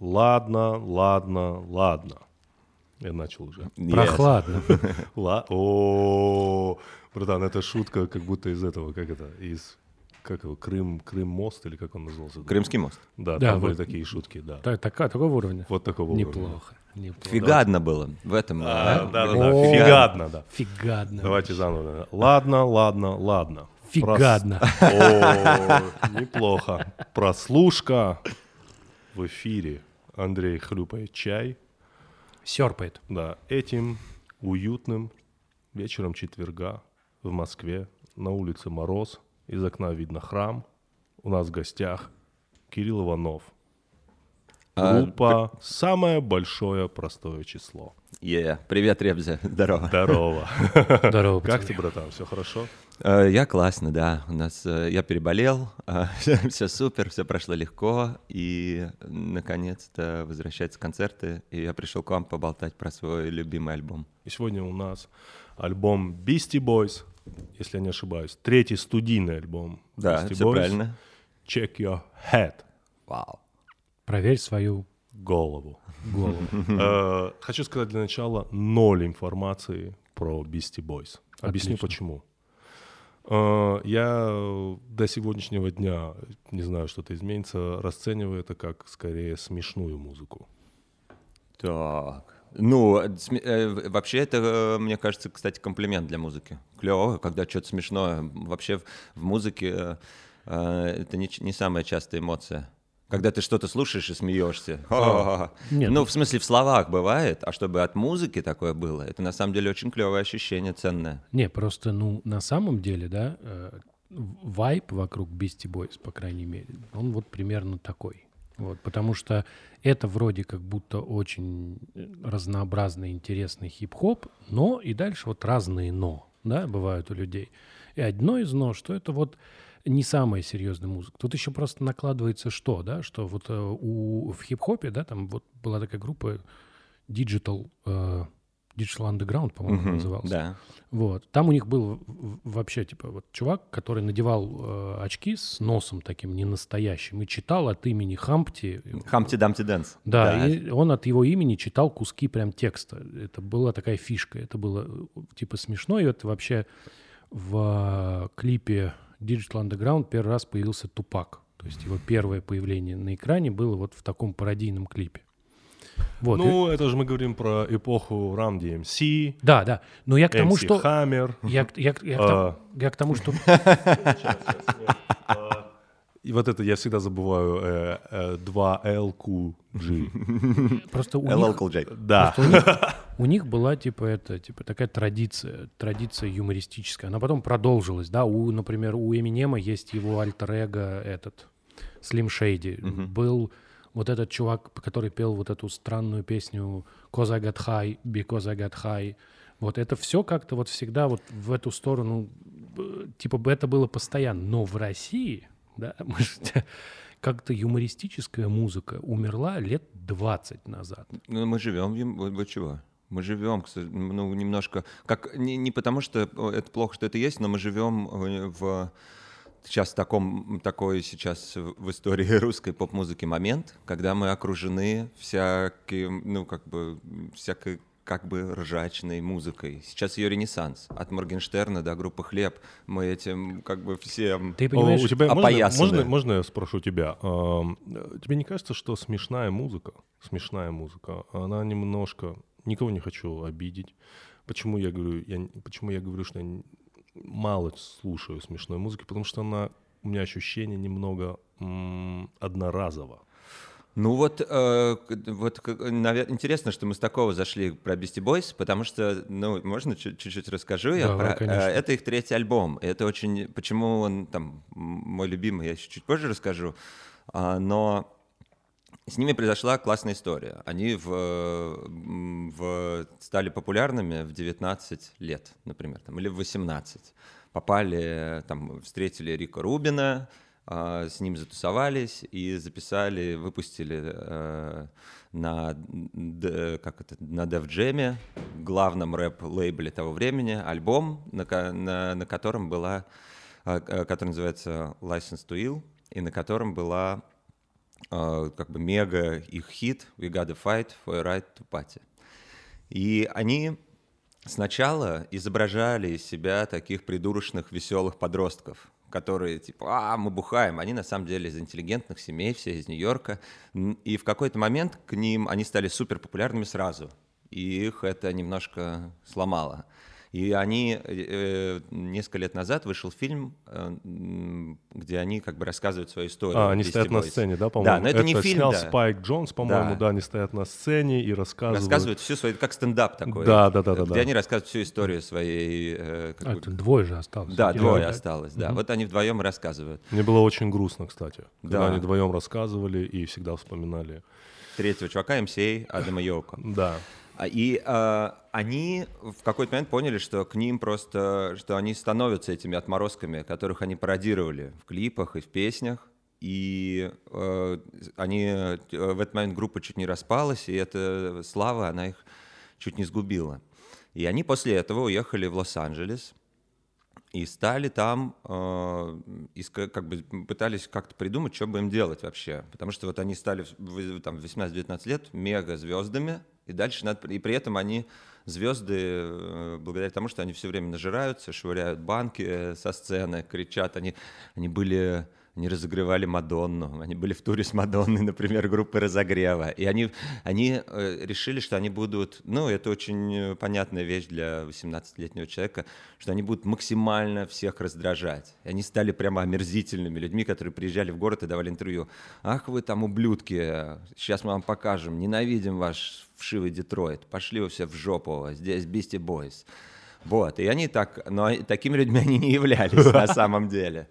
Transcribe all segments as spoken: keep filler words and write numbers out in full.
ладно, ладно, ладно. Я начал уже. Yes. Прохладно. Ла- О, братан, это шутка, как будто из этого, как это, из, как его, Крым, Крым мост или как он назывался? Крымский мост. Да, Да, там были вот. такие шутки, да. Так- така- Такого уровня? Вот такого уровня. Неплохо. неплохо. Фигадно было в этом. А, э, да, да, да, О. фигадно, да. Фигадно. Давайте заново. Ладно, ладно, ладно. Фигадно. Прос- О, неплохо. Прослушка в эфире. Андрей хлюпает чай. Серпает. Да, этим уютным вечером четверга в Москве на улице мороз. Из окна видно храм. У нас в гостях Кирилл Иванов. А, Группа «Самое большое простое число». Yeah. Привет, Ребзя. Здорово. Здорово. Здорово, Как пацаны. ты, братан? Все хорошо? Э, Я классно, да. У нас э, я переболел, все супер, все прошло легко, и наконец-то возвращаются концерты, и я пришел к вам поболтать про свой любимый альбом. И сегодня у нас альбом Beastie Boys, если я не ошибаюсь. Третий студийный альбом Да, Beastie все Boys. правильно. Check your head. Вау. Проверь свою Голову. голову. Э, Хочу сказать для начала ноль информации про Beastie Boys. Объясню Отлично. почему. Э, Я до сегодняшнего дня, не знаю, что-то изменится, расцениваю это как скорее смешную музыку. Так. Ну, э, сме- э, вообще это, э, мне кажется, кстати, комплимент для музыки. Клево, когда что-то смешное. Вообще в, в музыке э, э, это не, ч- не самая частая эмоция. Когда ты что-то слушаешь и смеешься. Ха-ха-ха. Нет, Ну, ну- в смысле, в словах бывает, а чтобы от музыки такое было, это на самом деле очень клевое ощущение, ценное. Не, просто, ну, на самом деле, да, э, вайб вокруг Beastie Boys, по крайней мере, он вот примерно такой. Вот, потому что это вроде как будто очень разнообразный, интересный хип-хоп, но и дальше вот разные «но», да, бывают у людей. И одно из «но», что это вот не самая серьезная музыка. Тут еще просто накладывается что, да, что вот э, у, в хип-хопе, да, там вот была такая группа Digital, э, Digital Underground, по-моему, Мгм, назывался. Да. Вот. Там у них был в- вообще, типа, вот чувак, который надевал э, очки с носом таким ненастоящим и читал от имени Хампти. Хамти Дамти Дэнс. Да, и он от его имени читал куски прям текста. Это была такая фишка. Это было э, типа смешно. И это вообще в клипе Digital Underground первый раз появился Тупак. То есть его первое появление на экране было вот в таком пародийном клипе. Вот. и- Ну, это же мы говорим про эпоху Run ди эм си, Да, да. Но я к тому, эм си что... Hammer. Я, к- я к- я к А. тому- я к тому, что... И вот это я всегда забываю э, э, два эл кью джи. Просто у эл эл них, Cool J. Да. у них, у них была типа это, типа такая традиция, традиция юмористическая. Она потом продолжилась, да. У, например, у Эминема есть его альтер-эго этот Slim Shady. Был вот этот чувак, который пел вот эту странную песню «Cause I got high, because I got high». Вот это все как-то вот всегда вот в эту сторону, э, типа бы это было постоянно. Но в России, да, мы же- как-то юмористическая музыка умерла лет двадцать назад. Ну, мы живем, в юм- вы, вы чего? Мы живем, к сож- ну, немножко, как, не, не потому что о, это плохо, что это есть, но мы живем в, в сейчас таком, такой сейчас в в истории русской поп-музыки момент, когда мы окружены всяким, ну, как бы, всякой как бы ржачной музыкой. Сейчас ее ренессанс. От Моргенштерна до группы «Хлеб». Мы этим как бы всем... Ты О, понимаешь, у тебя можно, опоясаны. можно, можно я спрошу тебя? Ам, э, Тебе не кажется, что смешная музыка, смешная музыка, она немножко, никого не хочу обидеть. Почему я говорю, я, не- почему я говорю, что я не- мало слушаю смешной музыки, потому что она, у меня ощущение немного м, одноразово. Ну вот, э, к- вот навер- интересно, что мы с такого зашли про Beastie Boys, потому что, ну, можно чуть- чуть-чуть расскажу я Давай, про... конечно. э, Это их третий альбом, и это очень... Почему он там м, мой любимый, я еще чуть позже расскажу, А, но с ними произошла классная история. Они в, м, в- стали популярными в девятнадцать лет, например, там, или в восемнадцать. Попали, там, встретили Рика Рубина, а, с ним затусовались и записали, выпустили э, на, д- как это, на Def Jam, главном рэп-лейбле того времени, альбом, на, ко- на- на котором была, э, э, который называется License to Ill, и на котором была э, как бы мега их хит «We gotta fight for a right to party». И они сначала изображали из себя таких придурочных, веселых подростков, которые типа, а, мы бухаем. Они на самом деле из интеллигентных семей, все из Нью-Йорка. И в какой-то момент к ним они стали супер популярными сразу. И их это немножко сломало. И они, э, несколько лет назад вышел фильм, э, где они как бы рассказывают свою историю. А, они стоят на сцене, да, по-моему? Да, но это, это не фильм, снял да. Спайк Джонс, по-моему, да. да, они стоят на сцене и рассказывают. Рассказывают всю свою, как стендап такой. Да, да, да, да. Где да. они рассказывают всю историю своей... Э, как а, бы... это двое же осталось. Да, Герои, двое да? осталось, да. Угу. Вот они вдвоем рассказывают. Мне было очень грустно, кстати, когда да. они вдвоем рассказывали и всегда вспоминали. Третьего чувака, эм си эй, Адама Йоко. Да. И э, они в какой-то момент поняли, что к ним просто, что они становятся этими отморозками, которых они пародировали в клипах и в песнях. И э, они, в этот момент группа чуть не распалась, и эта слава, она их чуть не сгубила. И они после этого уехали в Лос-Анджелес и стали там, э, иска, как бы пытались как-то придумать, что бы им делать вообще. Потому что вот они стали в там, восемнадцать-девятнадцать лет мега-звездами, и дальше надо, и при этом они звезды, э, благодаря тому, что они все время нажираются, швыряют банки со сцены, кричат, они, они были... Они разогревали Мадонну, они были в туре с Мадонной, например, группы разогрева. И они, они э, решили, что они будут, ну, это очень понятная вещь для восемнадцатилетнего человека, что они будут максимально всех раздражать. И они стали прямо омерзительными людьми, которые приезжали в город и давали интервью. Ах вы там ублюдки, сейчас мы вам покажем, ненавидим ваш вшивый Детройт, пошли вы все в жопу, здесь Beastie Boys. Вот, и они так, но такими людьми они не являлись на самом деле.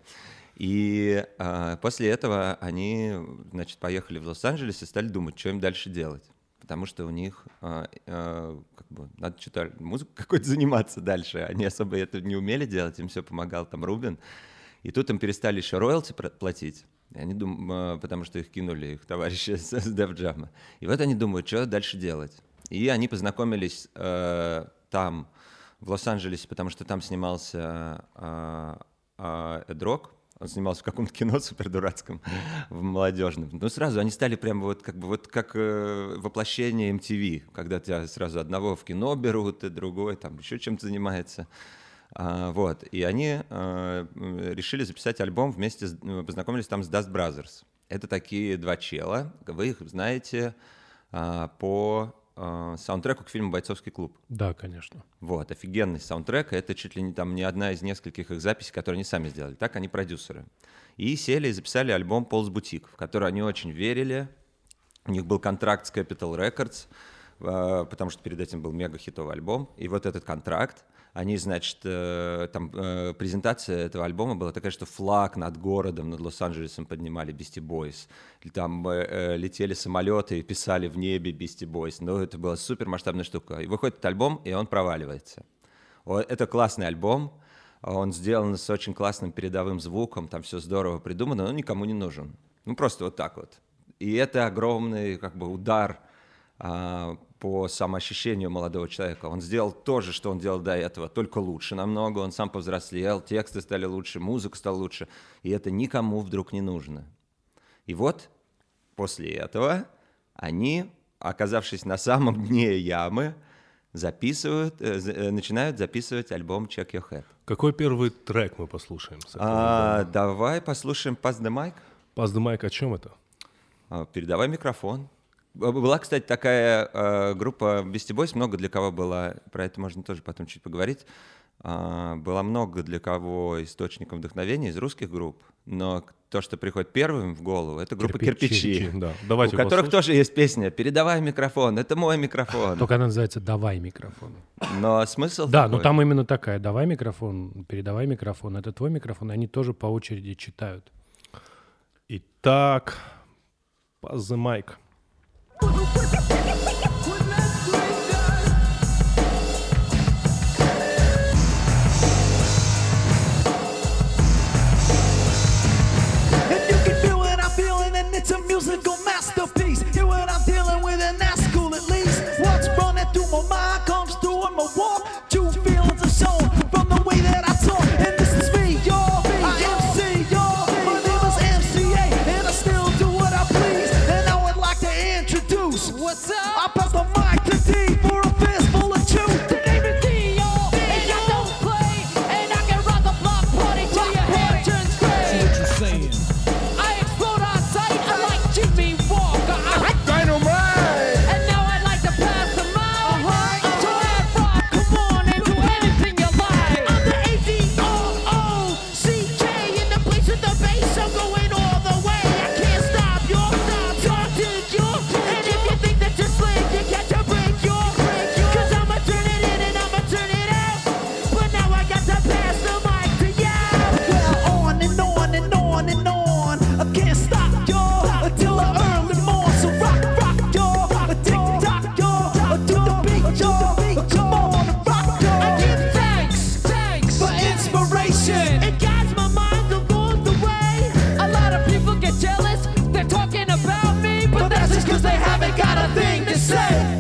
И э, после этого они, значит, поехали в Лос-Анджелес и стали думать, что им дальше делать. Потому что у них э, э, как бы, надо что-то, музыкой какой-то заниматься дальше. Они особо это не умели делать, им все помогал там Рубин. И тут им перестали еще роялти платить, и они дум... э, потому что их кинули, их товарищи с, с Def Jam. И вот они думают, что дальше делать. И они познакомились э, там, в Лос-Анджелесе, потому что там снимался э, э, Эд Рок. Он снимался в каком-то кино супер дурацком, в молодежном. Ну, сразу они стали прям вот как бы вот как э, воплощение эм ти ви, когда тебя сразу одного в кино берут, и другой там еще чем-то занимается. А, вот. И они э, решили записать альбом вместе, с, познакомились там с Dust Brothers. Это такие два чела, вы их знаете э, по... саундтреку к фильму «Бойцовский клуб». Да, конечно. Вот, офигенный саундтрек. Это чуть ли не, там, не одна из нескольких их записей, которые они сами сделали. Так они продюсеры. И сели и записали альбом «Полз Бутик», в который они очень верили. У них был контракт с Capitol Records, потому что перед этим был мега-хитовый альбом. И вот этот контракт, они, значит, там презентация этого альбома была такая, что флаг над городом, над Лос-Анджелесом поднимали Beastie Boys. Там э, летели самолеты и писали в небе Beastie Boys. Ну, это была супер масштабная штука. И выходит этот альбом, и он проваливается. Это классный альбом. Он сделан с очень классным передовым звуком. Там все здорово придумано, но никому не нужен. Ну, просто вот так вот. И это огромный, как бы, удар а, по самоощущению молодого человека. Он сделал то же, что он делал до этого, только лучше намного. Он сам повзрослел, тексты стали лучше, музыка стала лучше. И это никому вдруг не нужно. И вот после этого они, оказавшись на самом дне ямы, записывают, э, начинают записывать альбом «Check Your Head». Какой первый трек мы послушаем? А, давай послушаем «Pass the Mic». «Pass the Mic» о чем это? А, «Передавай микрофон». Была, кстати, такая э, группа Beastie Boys, много для кого была, про это можно тоже потом чуть поговорить, э, было много для кого источником вдохновения из русских групп, но то, что приходит первым в голову, это группа «Кирпичи», «Кирпичи», да. Давайте у которых послушаем. тоже есть песня «Передавай микрофон», это мой микрофон. Только она называется «Давай микрофон». Но смысл Да, такой. но там именно такая «Давай микрофон», «Передавай микрофон», это твой микрофон, и они тоже по очереди читают. Итак, «Pass the Mic». It's a musical masterpiece. Hear what I'm dealing with, and that's cool at least. What's running through my mind comes through in my walk. True feelings are shown from the way that I talk. And this is me, y'all. I M C, y'all. My name is M C A, and I still do what I please. juice. What's up? I pass the mic to D for a fistful of juice. The name is D, y'all, and I don't play, and I can rock a block party till your hair turns gray. What you saying? I explode on sight, I like Jimmy Walker. I Dynamite! And now I'd like to pass the mic to Ed Rock. Come on and do anything you like. I'm the A D O O C K in the place with the bass. I'm going all the way. I can't stop you. Stop talking you. And if you think that you're slick, you catch a break you. Cause I'ma turn it in and I'ma turn it out. But now I got to pass the mic to you. Well, on and on and on and on. I can't stop you until the early morn. So rock, rock you. Tick tock you. Do the beat you. Come on and rock you. I give thanks, thanks For inspiration. It guides my mind along the way. A lot of people get jealous, they're talking about me, but, But that's just cause they haven't got a thing to say.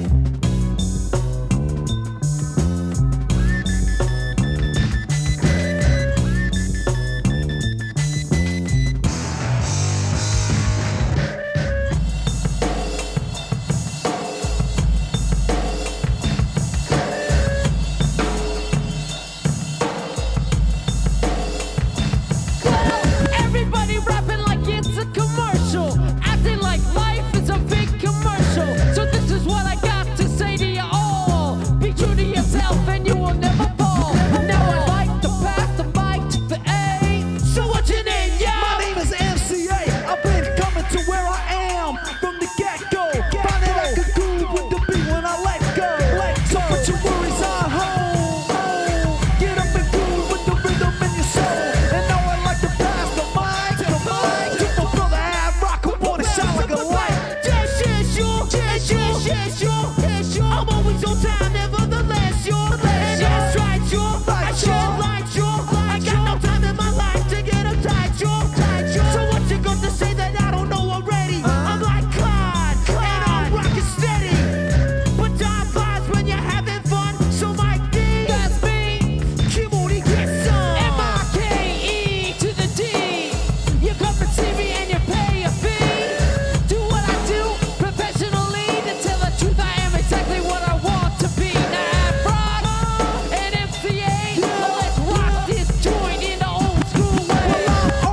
Well, everybody rapping like it's a commercial, acting like life is a big commercial. So this is what I got to say to you all: be true to yourself and you will never fall. Now I'd like to pass the mic to the A. So what's your name, yeah? My My name is M C A. I've been coming to where I am from the get-go. Finding I could groove with the beat when I let go. So put your worries on hold. Get up and groove with the rhythm in your soul. And now I'd like to pass the mic to my brother Ad Rock, who wanna shine like a light. Yes, yes, you, yes, yes, yes, you, yes, you. I'm always on time, nevertheless, you. And that's right, you. I sure like you. I got no time in my life to get uptight, you. Tight, you. So what you gonna say that I don't know already? I'm like Clyde, and I'm rocking steady. But time flies when you're having fun. So Mike D, that's me. Come on, he get some. M I K E to the D. You come and see me and you pay a fee. Do what I do professionally. To tell the truth, I am exactly what I want to be. Now Ad Rock and M C A. Well, let's rock this joint in the old school way.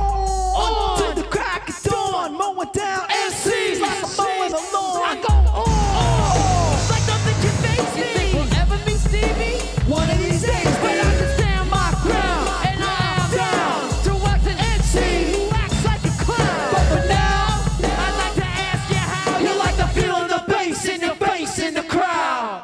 On to the crack of dawn, mowing down M Cs like I'm mowing the I lawn. go on like nothing can face me. You think we'll ever be Stevie? One of these days, But I can stand my ground, and I am down to wax an M C who acts like a clown. But for now, I'd like to ask you how you like the feeling the bass in your face in the crowd.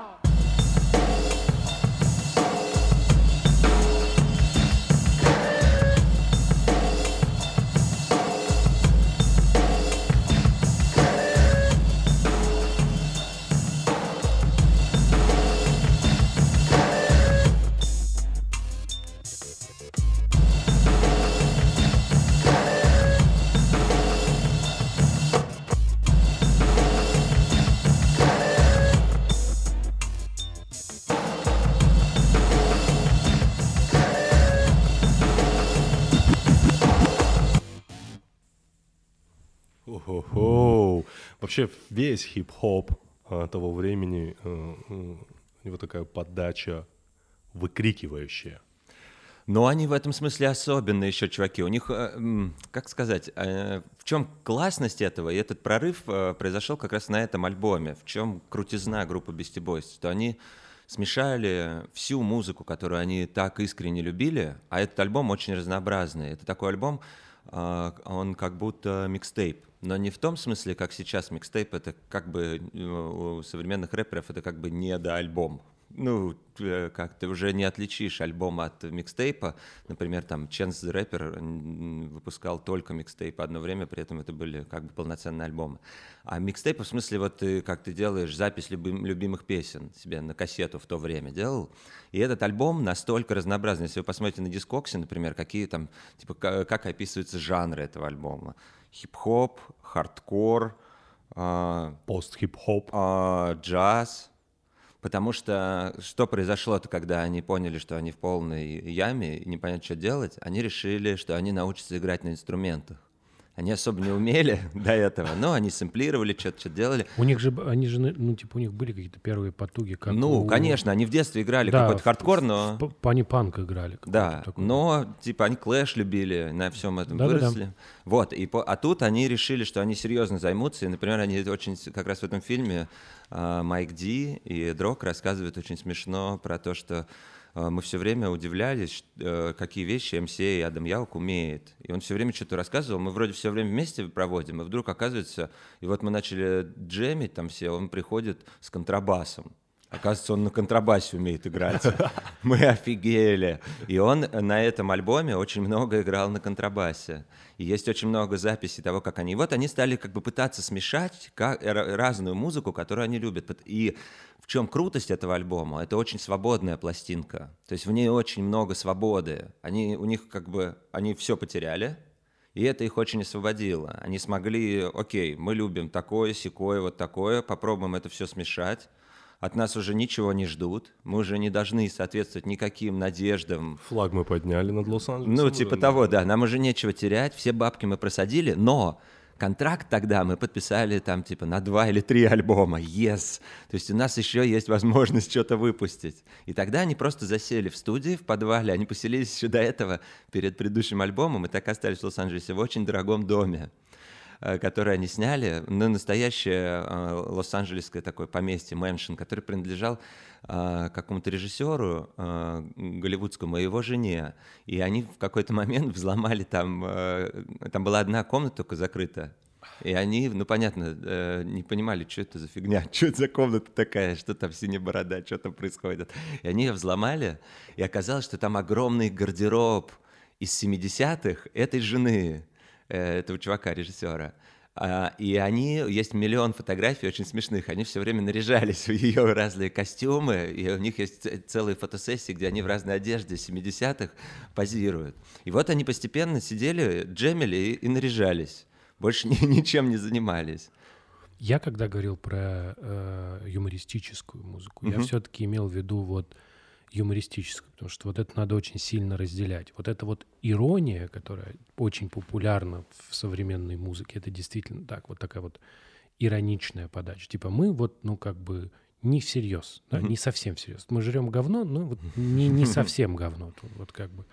О-хо-хо. Вообще весь хип-хоп а, того времени, а, а, у него такая подача выкрикивающая. Но они в этом смысле особенные еще чуваки. У них, э, м, как сказать, э, в чем классность этого, и этот прорыв э, произошел как раз на этом альбоме, в чем крутизна группы Beastie Boys, что они смешали всю музыку, которую они так искренне любили, а этот альбом очень разнообразный. Это такой альбом, э, он как будто микстейп, но не в том смысле, как сейчас микстейп, это как бы э, у современных рэперов это как бы недоальбом. Ну, э, как ты уже не отличишь альбом от микстейпа. Например, там Chance the Rapper м, выпускал только микстейпы одно время, при этом это были как бы полноценные альбомы. А микстейп, в смысле, вот ты, как ты делаешь запись любим, любимых песен себе на кассету в то время делал. И этот альбом настолько разнообразный. Если вы посмотрите на Discogs, например, какие там, типа, как, как описываются жанры этого альбома. Хип-хоп, хардкор, э, Пост-хип-хоп. э, джаз. Потому что что произошло-то, когда они поняли, что они в полной яме и не понятно, что делать, они решили, что они научатся играть на инструментах. Они особо не умели до этого, но они сэмплировали, что-то что-то делали. У них же, они же, ну, типа, у них были какие-то первые потуги, как Ну, у... конечно, они в детстве играли Да, какой-то хардкор, но... в- в- Они панк играли. Да, такой. но, типа, они Clash любили, на всем этом Да-да-да. выросли. Вот, и по... а тут они решили, что они серьезно займутся, и, например, они очень, как раз в этом фильме а, Майк Ди и Дрог рассказывают очень смешно про то, что а, мы все время удивлялись, ш- э, какие вещи эм си эй и Адам Ялк умеет. И он все время что-то рассказывал, мы вроде все время вместе проводим, и вдруг оказывается, и вот мы начали джемить там все, он приходит с контрабасом. Оказывается, он на контрабасе умеет играть. Мы офигели. И он на этом альбоме очень много играл на контрабасе. И есть очень много записей того, как они... И вот они стали как бы пытаться смешать как- ра- разную музыку, которую они любят. И в чем крутость этого альбома? Это очень свободная пластинка. То есть в ней очень много свободы. Они, у них как бы... Они все потеряли, и это их очень освободило. Они смогли... Окей, мы любим такое, сякое, вот такое. Попробуем это все смешать. От нас уже ничего не ждут, мы уже не должны соответствовать никаким надеждам. Флаг мы подняли над Лос-Анджелесом. Ну, типа да. того, да, нам уже нечего терять, все бабки мы просадили, но контракт тогда мы подписали там типа на два или три альбома, yes! То есть у нас еще есть возможность что-то выпустить. И тогда они просто засели в студии, в подвале, они поселились еще до этого перед предыдущим альбомом, и так остались в Лос-Анджелесе в очень дорогом доме, который они сняли, на настоящее э, лос-анджелесское такое поместье, мэншн, который принадлежал э, какому-то режиссеру э, голливудскому и его жене. И они в какой-то момент взломали там, э, там была одна комната только закрыта, и они, ну понятно, э, не понимали, что это за фигня, что это за комната такая, что там синяя борода, что там происходит. И они ее взломали, и оказалось, что там огромный гардероб из семидесятых этой жены, этого чувака, режиссера. А, и они, есть миллион фотографий очень смешных, они все время наряжались в ее разные костюмы, и у них есть целые фотосессии, где они в разной одежде семидесятых позируют. И вот они постепенно сидели, джемили и, и наряжались, больше ни, ничем не занимались. Я когда говорил про э, юмористическую музыку, Мгм. я все-таки имел в виду вот юмористическую, потому что вот это надо очень сильно разделять. Вот эта вот ирония, которая очень популярна в современной музыке, это действительно так, вот такая вот ироничная подача. Типа мы вот, ну как бы не всерьез, да, Мгм. не совсем всерьез. Мы жрем говно, но вот не, не совсем говно. тут Вот как бы.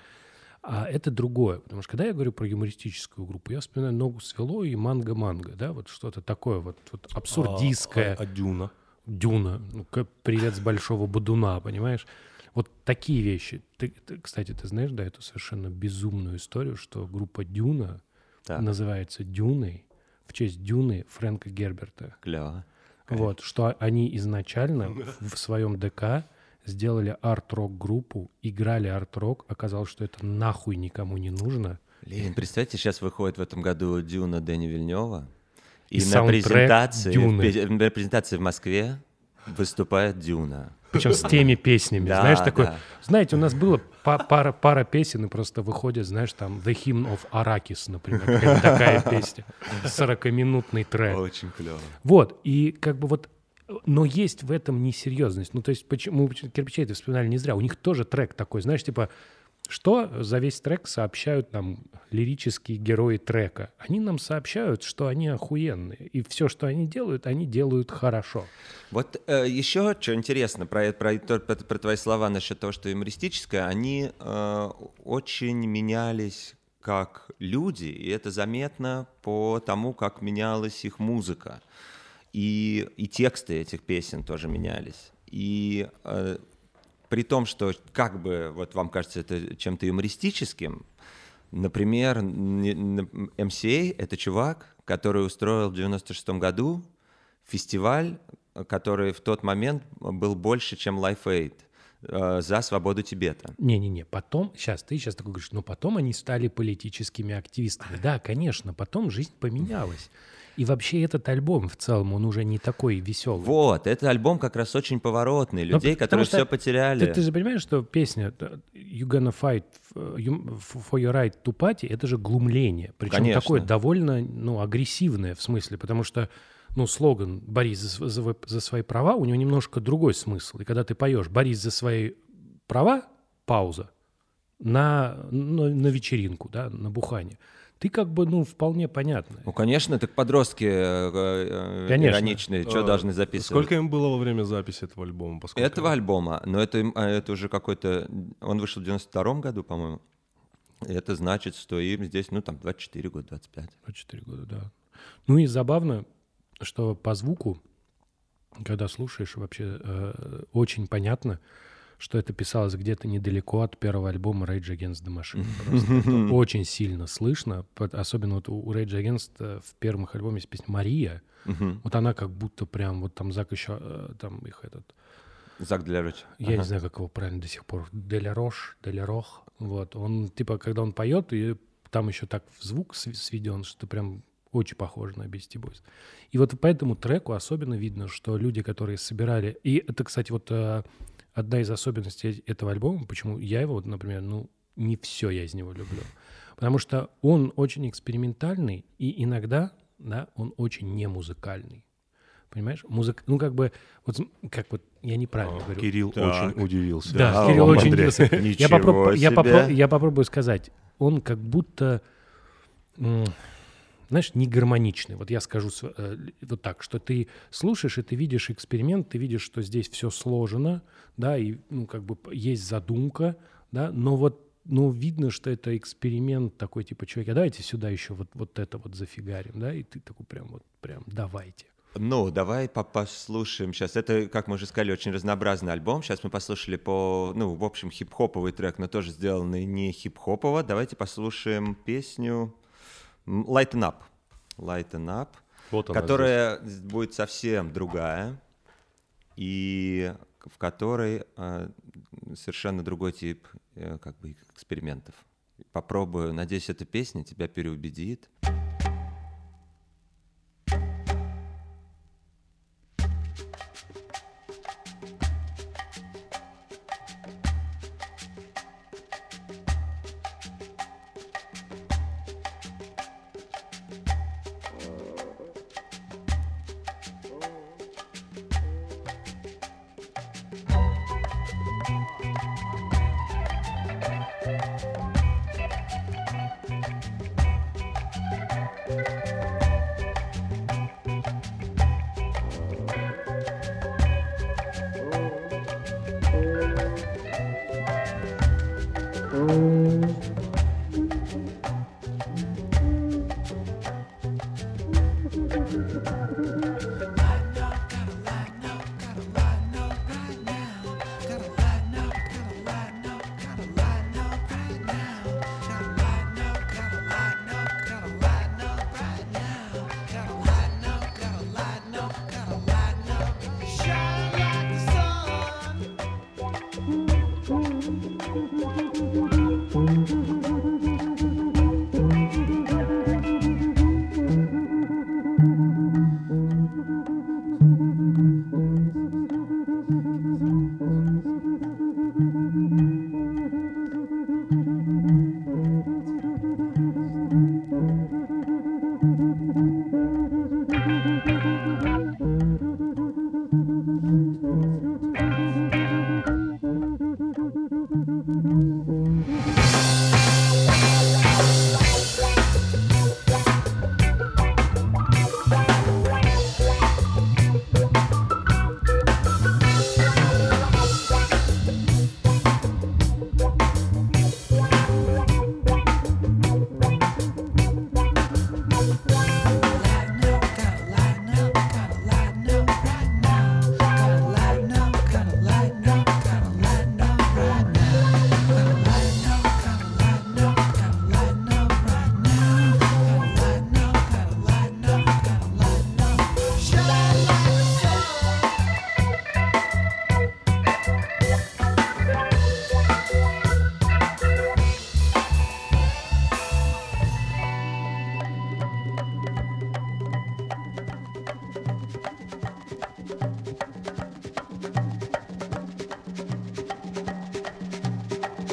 А это другое, потому что когда я говорю про юмористическую группу, я вспоминаю «Ногу свело» и «Манго-манго», да, вот что-то такое вот, вот абсурдистское. А, а- а Дюна? Дюна, ну, как привет с большого бодуна, понимаешь? Вот такие вещи. Ты, ты, кстати, ты знаешь, да, эту совершенно безумную историю, что группа Дюна Так, называется Дюной в честь Дюны Фрэнка Герберта. клево. Вот, что они изначально в, в своем ДК сделали арт-рок-группу, играли арт-рок, оказалось, что это нахуй никому не нужно. Блин, представьте, сейчас выходит в этом году Дюна Дэни Вильнева, и, И на саундтрек презентации, в, Дюны. пе- на презентации в Москве выступает Дюна. Причем с теми песнями, Да, знаешь, такой... да. Знаете, у нас было па- пара, пара песен, и просто выходит, знаешь, там The Hymn of Arrakis, например, какая-то такая песня, сорокаминутный трек. Очень клево. Вот, и как бы вот... Но есть в этом несерьезность. Ну, то есть, почему «Кирпичей» это вспоминали не зря. У них тоже трек такой, знаешь, типа, что за весь трек сообщают нам лирические герои трека? Они нам сообщают, что они охуенные. И все, что они делают, они делают хорошо. Вот э, еще что интересно про, про, про, про твои слова насчет того, что юмористическое, они э, очень менялись как люди, и это заметно по тому, как менялась их музыка. И, и тексты этих песен тоже менялись. И э, при том, что как бы вот вам кажется это чем-то юмористическим, например, эм си эй — это чувак, который устроил в девяносто шестом году фестиваль, который в тот момент был больше, чем Live Aid, э, за свободу Тибета. Не-не-не, потом, сейчас, ты сейчас такой говоришь, но потом они стали политическими активистами. Да, конечно, потом жизнь поменялась. И вообще этот альбом в целом, он уже не такой веселый. Вот, этот альбом как раз очень поворотный. Ну, Людей, потому которые что все потеряли. Ты, ты же понимаешь, что песня «You gonna fight for your right to party» — это же глумление. Причем Конечно. такое довольно ну, агрессивное в смысле, потому что ну, слоган «Борись за, за, за свои права», у него немножко другой смысл. И когда ты поешь «Борись за свои права», пауза, на, на, на вечеринку, да, на бухание, ты как бы, ну, вполне понятно. Ну, конечно, так подростки э, э, Конечно. ироничные, что А, должны записывать? Сколько им было во время записи этого альбома? Поскольку- Этого альбома, но это, им- а, это уже какой-то... Он вышел в девяносто втором году, по-моему. И это значит, что им здесь, ну, там, двадцать четыре года, двадцать пять. двадцать четыре года, да. Ну и забавно, что по звуку, когда слушаешь, вообще э, очень понятно, что это писалось где-то недалеко от первого альбома Rage Against the Machine. Просто это очень сильно слышно. Под- Особенно вот у Rage Against э, в первых альбоме есть песня «Мария». Вот она как будто прям, вот там Зак еще, э, там их этот... Зак Делярич. Я не знаю, как его правильно до сих пор. Делярош, Делярох. Вот. Он, типа, когда он поет, и там еще так звук св- сведен, что прям очень похоже на Beastie Boys. И вот по этому треку особенно видно, что люди, которые собирали... И это, кстати, вот э, одна из особенностей этого альбома, почему я его, вот, например, ну, не все я из него люблю. Потому что он очень экспериментальный, и иногда, да, он очень не музыкальный. Понимаешь? Музык... Ну, как бы, вот см- как вот, я неправильно А, говорю. Кирилл Так. очень удивился. Да, А, Кирилл о, очень Андрей, удивился. Я, ничего попроб- я, себе. попро- я попробую сказать. Он как будто, м, знаешь, не гармоничный. Вот я скажу с- э, вот так, что ты слушаешь, и ты видишь эксперимент, ты видишь, что здесь все сложено, да, и, ну, как бы п- есть задумка, да, но вот, ну, видно, что это эксперимент такой, типа, человека, давайте сюда еще вот, вот это вот зафигарим, да, и ты такой прям вот, прям, давайте. Ну, давай по- послушаем сейчас. Это, как мы уже сказали, очень разнообразный альбом. Сейчас мы послушали по, ну, в общем, хип-хоповый трек, но тоже сделанный не хип-хопово. Давайте послушаем песню м, Lighten Up. Lighten Up, Вот она которая будет совсем другая, и в которой э, совершенно другой тип э, как бы экспериментов. Попробую. Надеюсь, эта песня тебя переубедит.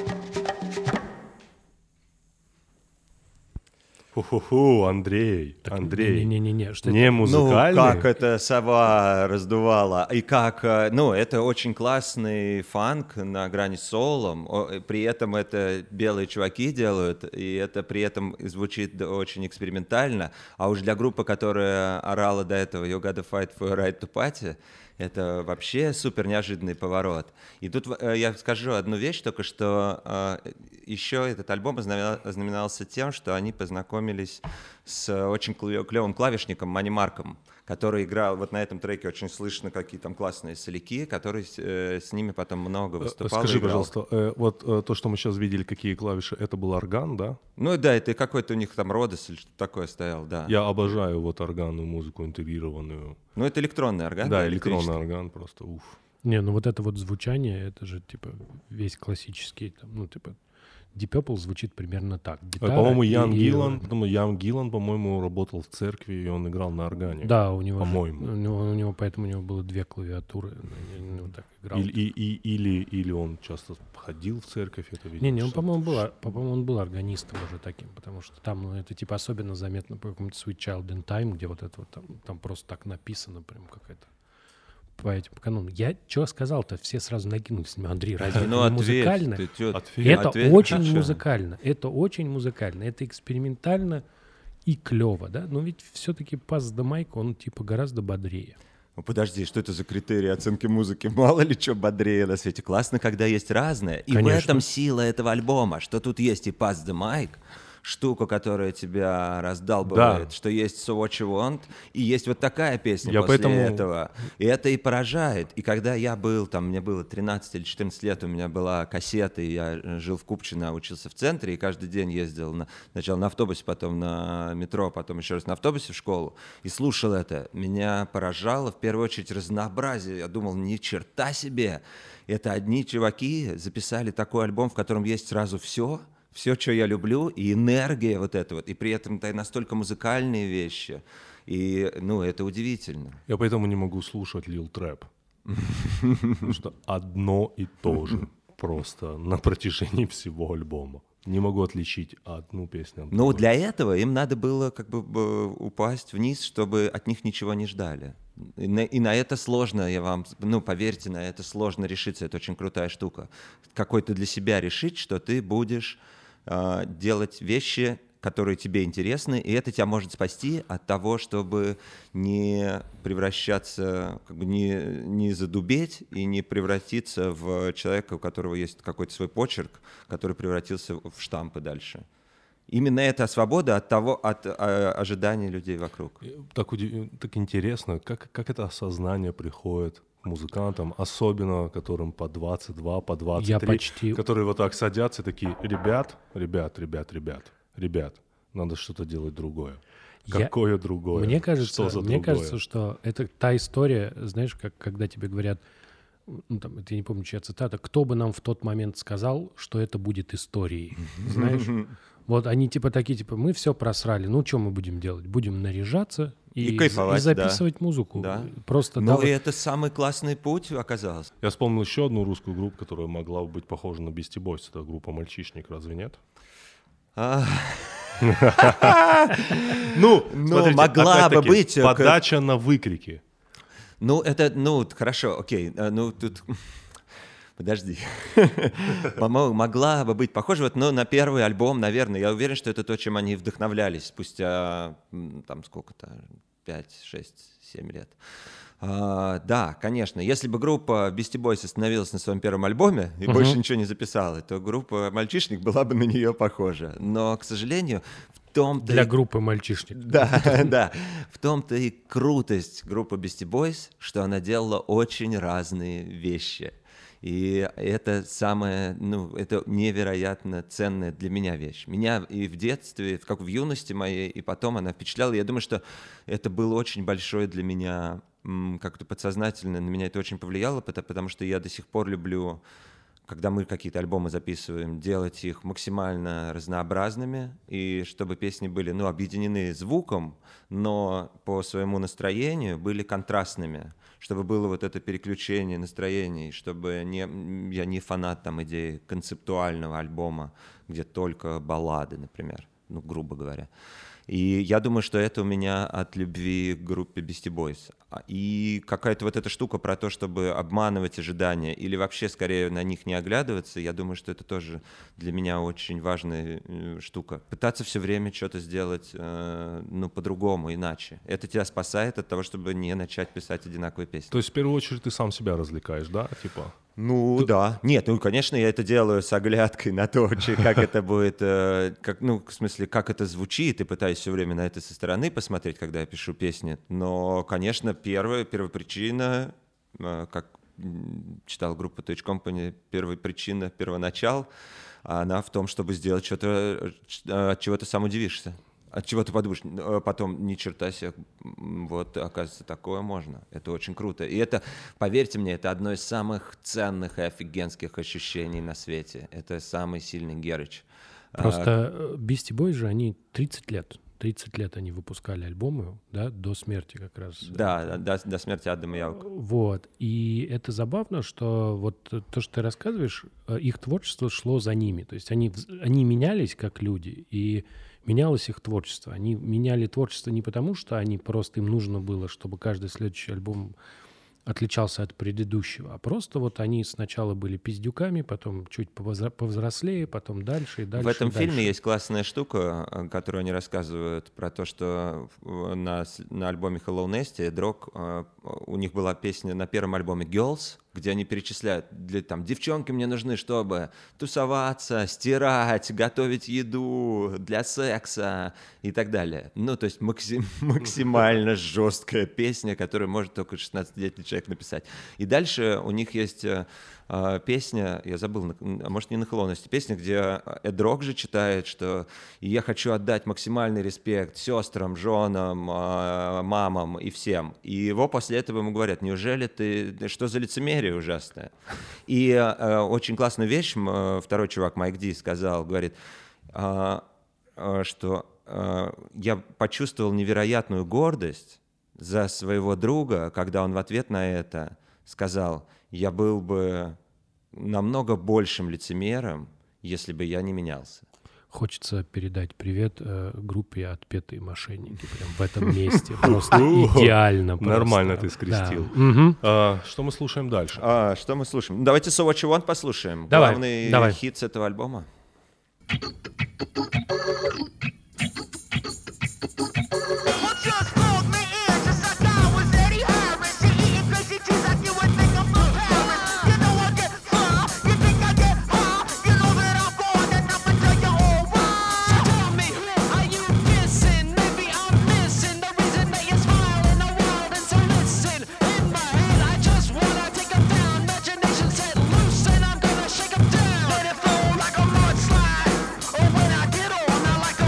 Ху-ху-ху, Андрей. Так Андрей, Не-не-не, что не это? музыкальный. Ну, как это сова раздувала. И как, э, ну, это очень классный фанк на грани с соулом. О, При этом это белые чуваки делают, и это при этом звучит д- очень экспериментально. А уж для группы, которая орала до этого «You gotta fight for a right to party», это вообще супер неожиданный поворот. И тут э, я скажу одну вещь только, что э, еще этот альбом ознаменал- ознаменовался тем, что они познакомились с очень клевым клавишником Мани Марком, который играл, вот на этом треке очень слышно, какие там классные соляки, который с, э, с ними потом много выступал. Скажи, и играл. пожалуйста, э, вот э, то, что мы сейчас видели, какие клавиши, это был орган, да? Ну да, это какой-то у них там Родос или что-то такое стоял, да. Я обожаю вот органную музыку интегрированную. Ну это электронный орган. Да, электрический. электронный орган просто, уф. Не, ну вот это вот звучание, это же типа весь классический, там, ну типа Deep Purple звучит примерно так. Э, Гитара По-моему, и- Ян и- Гиллан, потому Ян Гиллан, по-моему, работал в церкви, и он играл на органе. Да, у него, же- По-моему. у него, у него, поэтому у него было две клавиатуры, он вот так играл. Или, и- и- или, или он часто ходил в церковь, это видимо. Не, не, он, что- по-моему, был, ор- по-моему, он был органистом уже таким, потому что там, ну, это типа особенно заметно по какому-то Sweet Child in Time, где вот это вот там, там просто так написано, прям какая-то по этим канонам. Я что сказал-то? Все сразу накинулись на меня. Андрей, разве это Ну не ответь, музыкально? ты чё- Ответь. Это ответь, очень ты чё? музыкально. Это очень музыкально. Это экспериментально и клево, да? Но ведь все-таки Pass the Mic, он типа гораздо бодрее. Ну, подожди, что это за критерии оценки музыки? Мало ли что бодрее на свете. Классно, когда есть разное. И Конечно. в этом сила этого альбома, что тут есть и Pass the Mic, штука, которая тебя раздалбывает, Да. что есть So What You Want, и есть вот такая песня Я после поэтому- этого. И это и поражает. И когда я был, там, мне было тринадцать или четырнадцать лет, у меня была кассета, и я э, жил в Купчино, учился в центре, и каждый день ездил на, сначала на автобусе, потом на метро, потом еще раз на автобусе в школу, и слушал это. Меня поражало, в первую очередь, разнообразие. Я думал, ни черта себе! Это одни чуваки записали такой альбом, в котором есть сразу все, все, что я люблю, и энергия вот эта вот, и при этом это настолько музыкальные вещи, и, ну, это удивительно. Я поэтому не могу слушать Lil Tрэп. Потому что одно и то же просто на протяжении всего альбома. Не могу отличить одну песню от Но другой. для этого им надо было как бы б- упасть вниз, чтобы от них ничего не ждали. И на, и на это сложно, я вам, ну, поверьте, на это сложно решиться, это очень крутая штука. Какой-то для себя решить, что ты будешь э, делать вещи, которые тебе интересны, и это тебя может спасти от того, чтобы не превращаться, как бы не, не задубеть и не превратиться в человека, у которого есть какой-то свой почерк, который превратился в штампы дальше. Именно эта свобода от того, от а, ожиданий людей вокруг. Так, удив- так интересно, как, как это осознание приходит к музыкантам, особенно которым по двадцать два, по двадцать три, Я почти- которые вот так садятся и такие: ребят, ребят, ребят, ребят, ребят, надо что-то делать другое. Я- Какое другое? Мне кажется, Что за мне другое? кажется, что это та история, знаешь, как когда тебе говорят, ну, там, это я не помню, чья цитата, кто бы нам в тот момент сказал, что это будет историей, знаешь? Вот они типа такие, типа, мы все просрали, ну что мы будем делать? Будем наряжаться и, И кайфовать, и записывать музыку. Да. Просто Ну да, и это самый классный путь оказался. Я вспомнил еще одну русскую группу, которая могла бы быть похожа на Beastie Boys. Это группа «Мальчишник», разве нет? А, Ну, Ну, смотрите, могла бы опять-таки, быть, э, подача на выкрики. Ну, это, ну, хорошо, окей, э, ну, тут... Подожди. По-моему, могла бы быть похожа, вот, но на первый альбом, наверное, я уверен, что это то, чем они вдохновлялись спустя, м, там, сколько-то, пять, шесть, семь лет. А, да, конечно, если бы группа Beastie Boys остановилась на своем первом альбоме и Мгм. больше ничего не записала, то группа «Мальчишник» была бы на нее похожа. Но, к сожалению, в том-то... для и- группы мальчишник. Да, да. В том-то и крутость группы Beastie Boys, что она делала очень разные вещи. И это самое, ну, это невероятно ценная для меня вещь. Меня и в детстве, как в юности моей, и потом она впечатляла. Я думаю, что это было очень большое для меня, м, как-то подсознательно, на меня это очень повлияло, потому, потому что я до сих пор люблю, когда мы какие-то альбомы записываем, делать их максимально разнообразными, и чтобы песни были, ну, объединены звуком, но по своему настроению были контрастными, чтобы было вот это переключение настроений, чтобы не, я не фанат там идеи концептуального альбома, где только баллады, например, ну, грубо говоря. И я думаю, что это у меня от любви к группе Beastie Boys. И какая-то вот эта штука про то, чтобы обманывать ожидания или вообще скорее на них не оглядываться, я думаю, что это тоже для меня очень важная э, штука. Пытаться все время что-то сделать э, ну, по-другому, иначе. Это тебя спасает от того, чтобы не начать писать одинаковые песни. То есть в первую очередь ты сам себя развлекаешь, да? Типа... Ну, Ты... да. Нет, ну, конечно, я это делаю с оглядкой на то, как это будет, как, ну, в смысле, как это звучит, и пытаюсь все время на это со стороны посмотреть, когда я пишу песни. Но, конечно, первая, первопричина, как читал группу Touch Company, первая причина, первоначал, она в том, чтобы сделать что-то, от чего ты сам удивишься. От чего ты подумаешь, потом ни черта себе, вот, оказывается, такое можно. Это очень круто. И это, поверьте мне, это одно из самых ценных и офигенских ощущений на свете. Это самый сильный Герыч. Просто Beastie Boys же, они тридцать лет. тридцать лет они выпускали альбомы, да, до смерти как раз. Да, до, до смерти Адама Яука. Вот. И это забавно, что вот то, что ты рассказываешь, их творчество шло за ними. То есть они, они менялись как люди, и менялось их творчество. Они меняли творчество не потому, что они просто им нужно было, чтобы каждый следующий альбом отличался от предыдущего, а просто вот они сначала были пиздюками, потом чуть повзрослее, потом дальше и дальше. В этом и дальше. фильме есть классная штука, которую они рассказывают про то, что на, на альбоме Hello Nasty Дрог, у них была песня на первом альбоме Girls, где они перечисляют, для, там, девчонки мне нужны, чтобы тусоваться, стирать, готовить еду для секса и так далее. Ну, то есть максим, максимально жесткая песня, которую может только шестнадцатилетний человек написать. И дальше у них есть э, песня, я забыл, а может не на Hello Nasty, песня, где Эд Рок же читает, что я хочу отдать максимальный респект сестрам, женам, э, мамам и всем. И его после этого ему говорят, неужели ты, что за лицемерие ужасное. И э, очень классную вещь э, второй чувак, Майк Ди, сказал, говорит, э, э, что э, я почувствовал невероятную гордость за своего друга, когда он в ответ на это сказал, я был бы намного большим лицемером, если бы я не менялся. Хочется передать привет э, группе «Отпетые мошенники». Прям в этом месте. Просто идеально. Нормально ты скрестил. Что мы слушаем дальше? А, что мы слушаем? Давайте So What You Want послушаем. Давай, Главный давай. хит с этого альбома. Like a mudslide, or when I get on, I like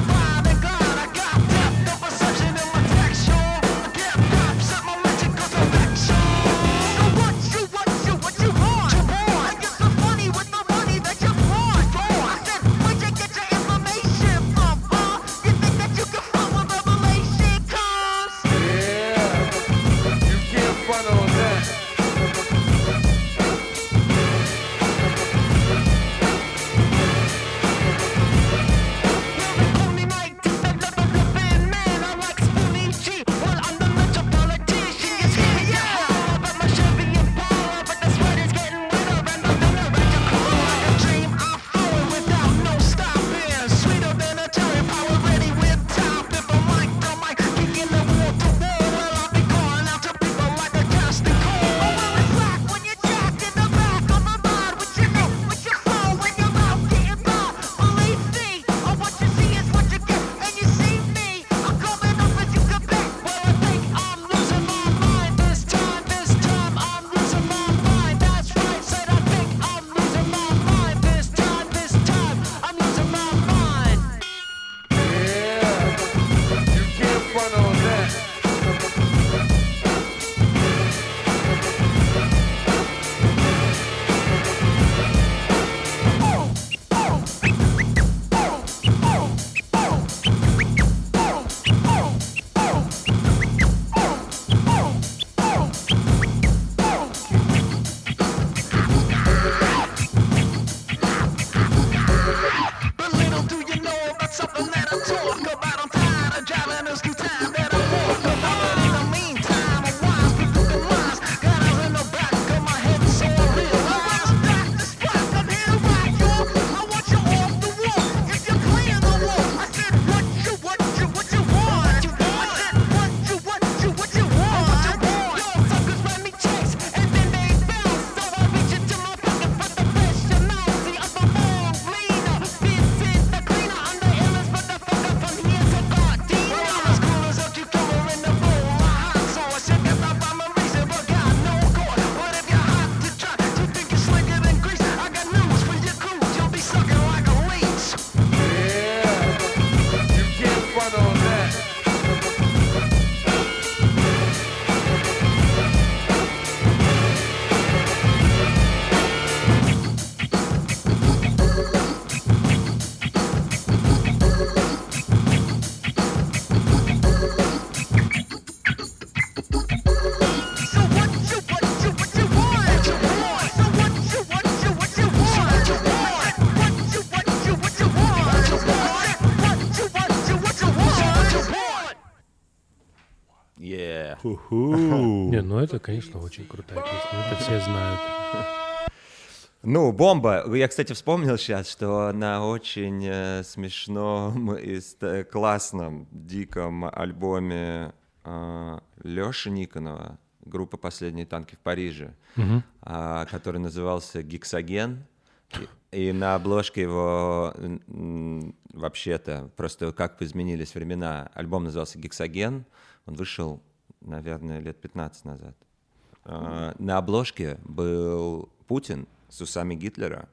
Не, ну это, конечно, очень крутая песня, это все знают. Ну, бомба. Я, кстати, вспомнил сейчас, что на очень э, смешном и ст- классном, диком альбоме э, Лёши Никонова, группа «Последние танки в Париже», Угу. э, который назывался «Гексоген». И, и на обложке его, м, вообще-то, просто как изменились времена, альбом назывался «Гексоген». Он вышел, наверное, лет пятнадцать назад. Э, на обложке был Путин с усами Гитлера.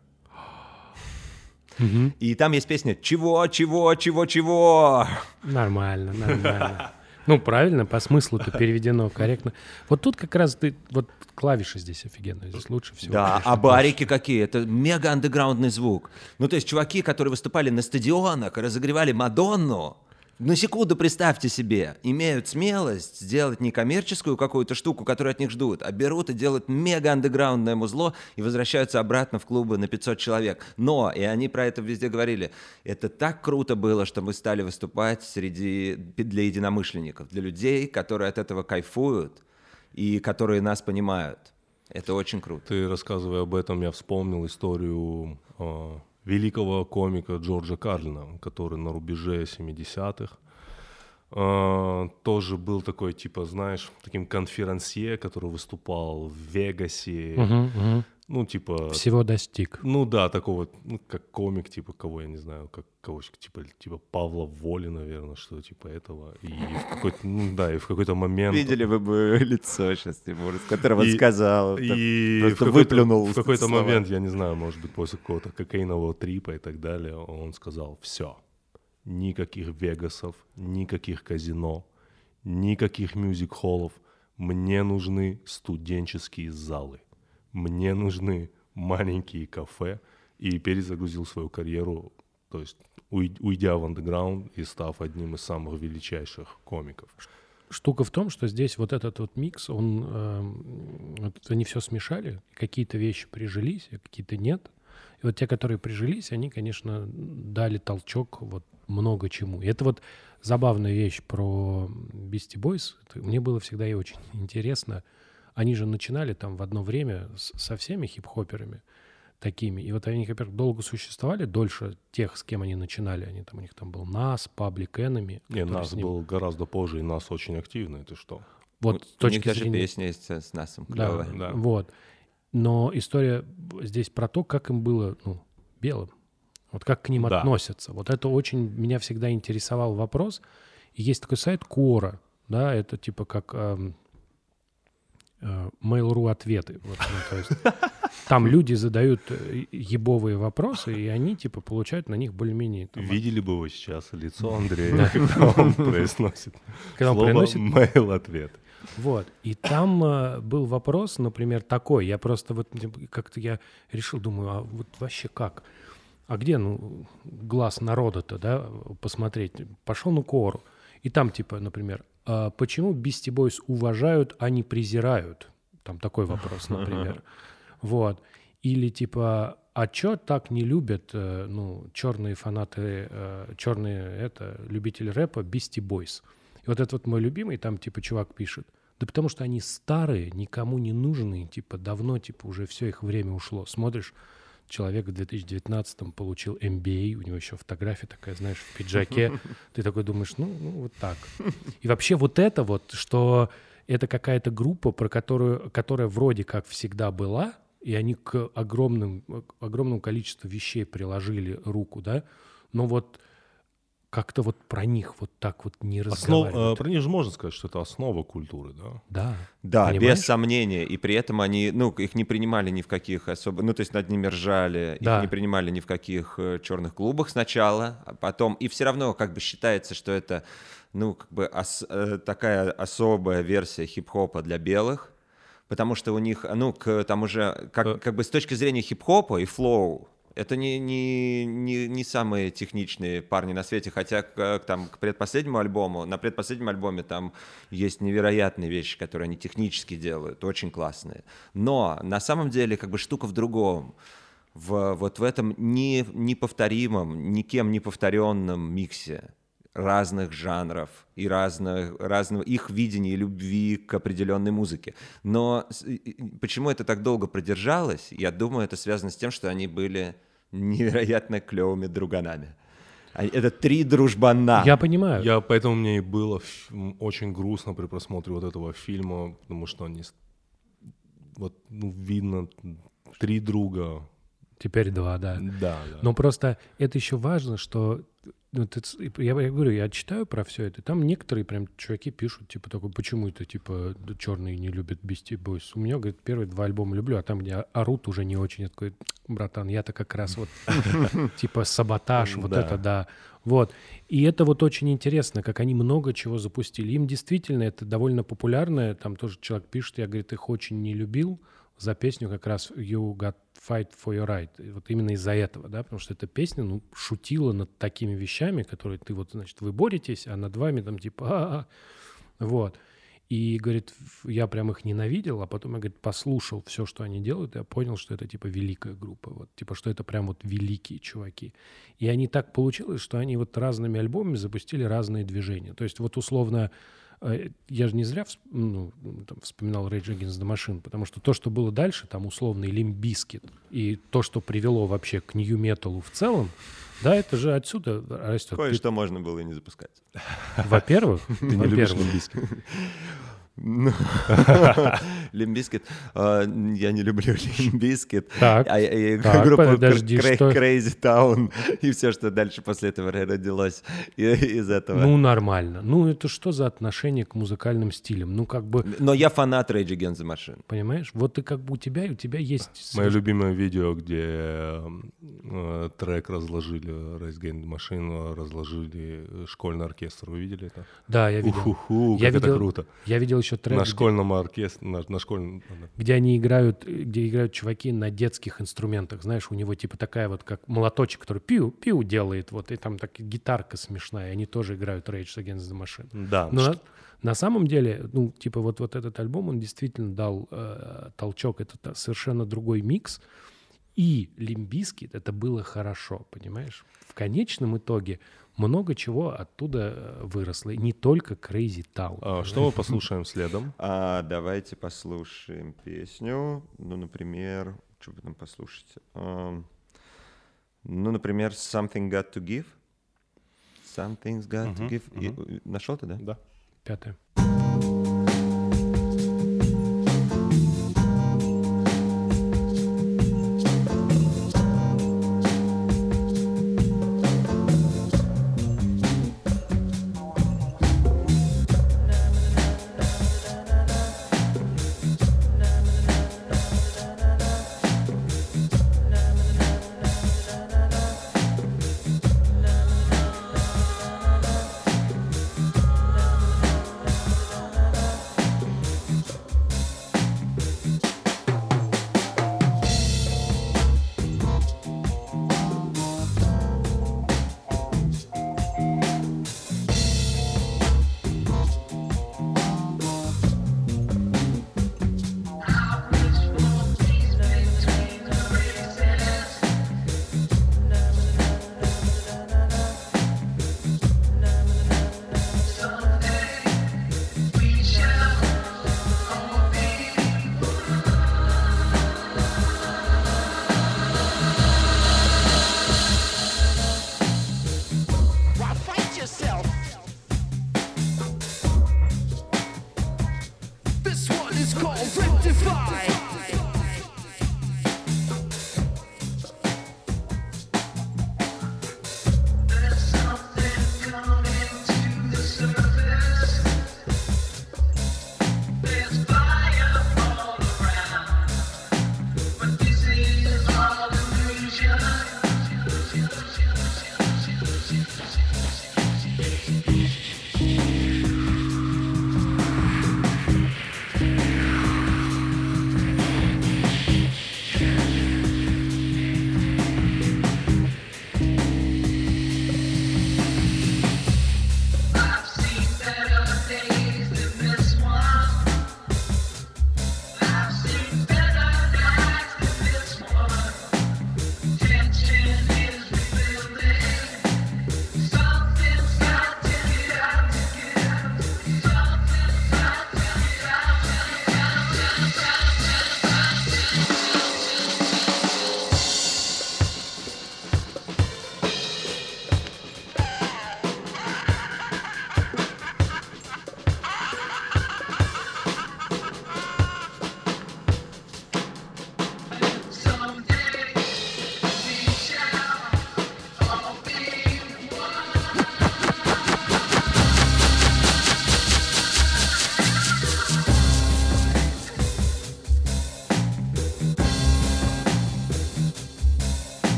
Угу. И там есть песня «Чего, чего, чего, чего?» Нормально, нормально. Ну, правильно, по смыслу-то переведено корректно. Вот тут как раз ты, вот клавиши здесь офигенные, здесь лучше всего. Да, конечно, а барики какие? Это мега андеграундный звук. Ну, то есть чуваки, которые выступали на стадионах, разогревали Мадонну, на секунду представьте себе, имеют смелость сделать не коммерческую какую-то штуку, которую от них ждут, а берут и делают мега андеграундное музло и возвращаются обратно в клубы на пятьсот человек. Но, и они про это везде говорили, это так круто было, что мы стали выступать среди, для единомышленников, для людей, которые от этого кайфуют и которые нас понимают. Это очень круто. Ты, рассказывая об этом, я вспомнил историю э, великого комика Джорджа Карлина, который на рубеже семидесятых э, тоже был такой, типа, знаешь, таким конферансье, который выступал в Вегасе, Мгм, мгм. ну, типа... Всего достиг. Ну да, такого, ну, как комик, типа, кого, я не знаю, как кого, типа, типа Павла Воли, наверное, что типа этого. И в какой-то, ну да, и в какой-то момент... Видели вы бы лицо сейчас, Тимур, с которого И- сказал, И просто в какой-то, выплюнул в какой-то слова. момент, я не знаю, может быть, после какого-то кокаинового трипа и так далее, он сказал: все, никаких Вегасов, никаких казино, никаких мюзик-холлов, мне нужны студенческие залы, мне нужны маленькие кафе, и перезагрузил свою карьеру, то есть уй- уйдя в андеграунд и став одним из самых величайших комиков. Штука в том, что здесь вот этот вот микс, он, эм, вот они все смешали, какие-то вещи прижились, а какие-то нет. И вот те, которые прижились, они, конечно, дали толчок вот много чему. И это вот забавная вещь про Beastie Boys. Это мне было всегда и очень интересно. Они же начинали там в одно время с- со всеми хип-хоперами такими. И вот они, во-первых, долго существовали, дольше тех, с кем они начинали. Они, там, у них там был Нас, Public Enemy. Не, который нас с ним- был гораздо позже, и нас очень активный, ты что? Вот с У них точки даже зрения... песня есть с Насом Да, клевая. Да. вот. Но история здесь про то, как им было, ну, белым. Вот как к ним Да. относятся. Вот это очень меня всегда интересовал вопрос. И есть такой сайт Quora, да, это типа как эм, э, Mail.ru ответы. Вот, ну, то есть там люди задают э, ебовые вопросы, и они типа получают на них более-менее... там, Видели бы вы сейчас лицо Андрея, когда он произносит Когда он слово приносит- «мейл-ответ». Вот. И там э, был вопрос, например, такой. Я просто вот как-то я решил, думаю, а вот вообще как? А где, ну, глаз народа-то, да, посмотреть? Пошел на Quora. И там, типа, например, а почему Beastie Boys уважают, а не презирают? Там такой вопрос, например. Вот. Или, типа, а чё так не любят, э, ну, черные фанаты, э, черные, это, любители рэпа Beastie Boys? И вот этот вот мой любимый, там, типа, чувак пишет: да потому что они старые, никому не нужны, типа, давно, типа, уже все их время ушло. Смотришь, человек в две тысячи девятнадцатом получил эм би эй, у него еще фотография такая, знаешь, в пиджаке. Ты такой думаешь, ну, ну, вот так. И вообще вот это вот, что это какая-то группа, про которую, которая вроде как всегда была, и они к огромным, к огромному количеству вещей приложили руку, да, но вот как-то вот про них вот так вот не Основ, разговаривают. э, про них же можно сказать, что это основа культуры, да? Да. Да, Понимаешь? без сомнения. И при этом они, ну, их не принимали ни в каких особо, ну, то есть над ними ржали, Да. их не принимали ни в каких э, черных клубах сначала, а потом, и все равно как бы считается, что это, ну, как бы ос- э, такая особая версия хип-хопа для белых, потому что у них, ну, к тому же, как, Э. как бы с точки зрения хип-хопа и флоу, это не, не, не, не самые техничные парни на свете, хотя к, там, к предпоследнему альбому, на предпоследнем альбоме там есть невероятные вещи, которые они технически делают, очень классные. Но на самом деле как бы штука в другом. В, вот в этом не, неповторимом, никем не повторенном миксе. разных жанров и разных, разного их видения и любви к определенной музыке. Но почему это так долго продержалось, я думаю, это связано с тем, что они были невероятно клевыми друганами. Это три дружбана. Я понимаю. Я, поэтому мне и было ф- очень грустно при просмотре вот этого фильма, потому что они... с- Вот, ну, видно, три друга. Теперь два, да. Да, да. Но просто это еще важно, что ну, ты ц- я, я говорю, я читаю про все это, там некоторые прям чуваки пишут, типа, такой, почему это, типа, черные не любят Beastie Boys. У меня, говорит, первые два альбома люблю, а там, где орут, уже не очень. Я такой, братан, я-то как раз вот, типа, саботаж, вот это, да. Вот. И это вот очень интересно, как они много чего запустили. Им действительно это довольно популярное, там тоже человек пишет, я, говорит, их очень не любил, за песню как раз «You got fight for your right». И вот именно из-за этого, да, потому что эта песня, ну, шутила над такими вещами, которые ты вот, значит, вы боретесь, а над вами там типа «а-а-а». Вот. И, говорит, я прям их ненавидел, а потом я, говорит, послушал все, что они делают, и я понял, что это, типа, великая группа, вот, типа, что это прям вот великие чуваки. И они так получилось, что они вот разными альбомами запустили разные движения. То есть вот условно... Я же не зря всп- ну, там, вспоминал Rage Against the Machine, потому что то, что было дальше, там условный Limp Bizkit, и то, что привело вообще к нью-металу в целом, да, это же отсюда растет. Кое-что можно было и не запускать. Во-первых, Ты не любишь во-первых, Limp Bizkit? Limp Bizkit. А, я не люблю Limp Bizkit. Так, А, и так, группа подожди, Cra- что? Crazy Town и все, что дальше после этого родилось и- из этого. ну, нормально. Ну, это что за отношение к музыкальным стилям? Ну, как бы, Но я фанат Rage Against the Machine. понимаешь, вот ты как бы у тебя, у тебя есть... Мое любимое видео, где э, трек разложили, Rage Against the Machine, разложили школьный оркестр. Вы видели это? Да, я видел. Уху-ху, Я как это видел- круто. Я видел еще трек, На где- школьном оркестре, на, на школьном... где они играют, где играют чуваки на детских инструментах. Знаешь, у него типа такая вот, как молоточек, который пиу-пиу делает, вот, и там так гитарка смешная, и они тоже играют Rage Against the Machine. Да. Но на, на самом деле, ну, типа вот, вот этот альбом, он действительно дал э, толчок, это та- совершенно другой микс, и Limp Bizkit это было хорошо, понимаешь? В конечном итоге много чего оттуда э, выросло, и не только Crazy Town. А, что мы послушаем следом? А, давайте послушаем песню. Ну, например, что бы нам послушать? Ам, ну, например, Something Got to Give. Something's Got to Give. И- Нашел ты, да? Да. Пятое. Na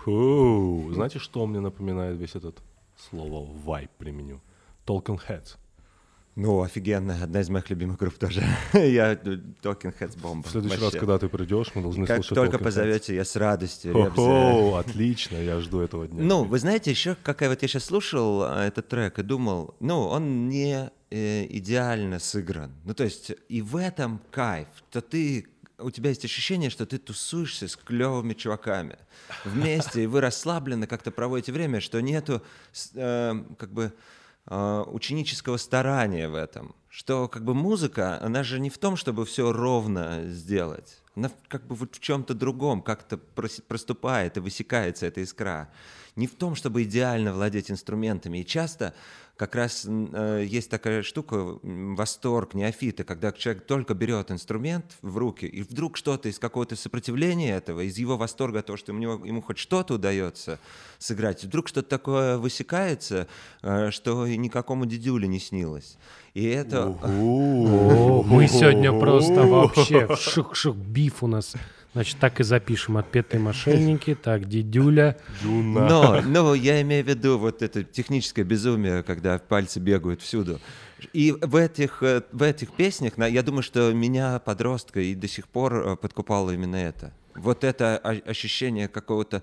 Ху. Знаете, что мне напоминает весь этот слово «вайб» применю? Talking Heads. Ну, офигенно. Одна из моих любимых групп тоже. Я Talking Heads бомба. В следующий Вообще. раз, когда ты придешь, мы должны Как слушать только Talking позовете, я с радостью. Heads. Ребзя. О, отлично, я жду этого дня. Ну, вы знаете, еще какая вот я сейчас слушал а, этот трек и думал, ну, он не э, идеально сыгран. Ну, то есть и в этом кайф, то ты, у тебя есть ощущение, что ты тусуешься с клевыми чуваками вместе, и вы расслабленно как-то проводите время, что нету э, как бы э, ученического старания в этом. Что как бы музыка, она же не в том, чтобы все ровно сделать. Она как бы вот в чем-то другом как-то проступает и высекается эта искра. Не в том, чтобы идеально владеть инструментами. И часто как раз э, есть такая штука, восторг неофита, когда человек только берет инструмент в руки, и вдруг что-то из какого-то сопротивления этого, из его восторга от того, что ему, ему хоть что-то удается сыграть, вдруг что-то такое высекается, э, что и никакому дедюле не снилось. И это... О, мы сегодня просто вообще шух-шух, биф у нас. Значит, так и запишем: отпетые мошенники, так, дедюля. Но, но я имею в виду вот это техническое безумие, когда пальцы бегают всюду. И в этих, в этих песнях, я думаю, что меня, подростка, и до сих пор подкупало именно это. Вот это ощущение какого-то,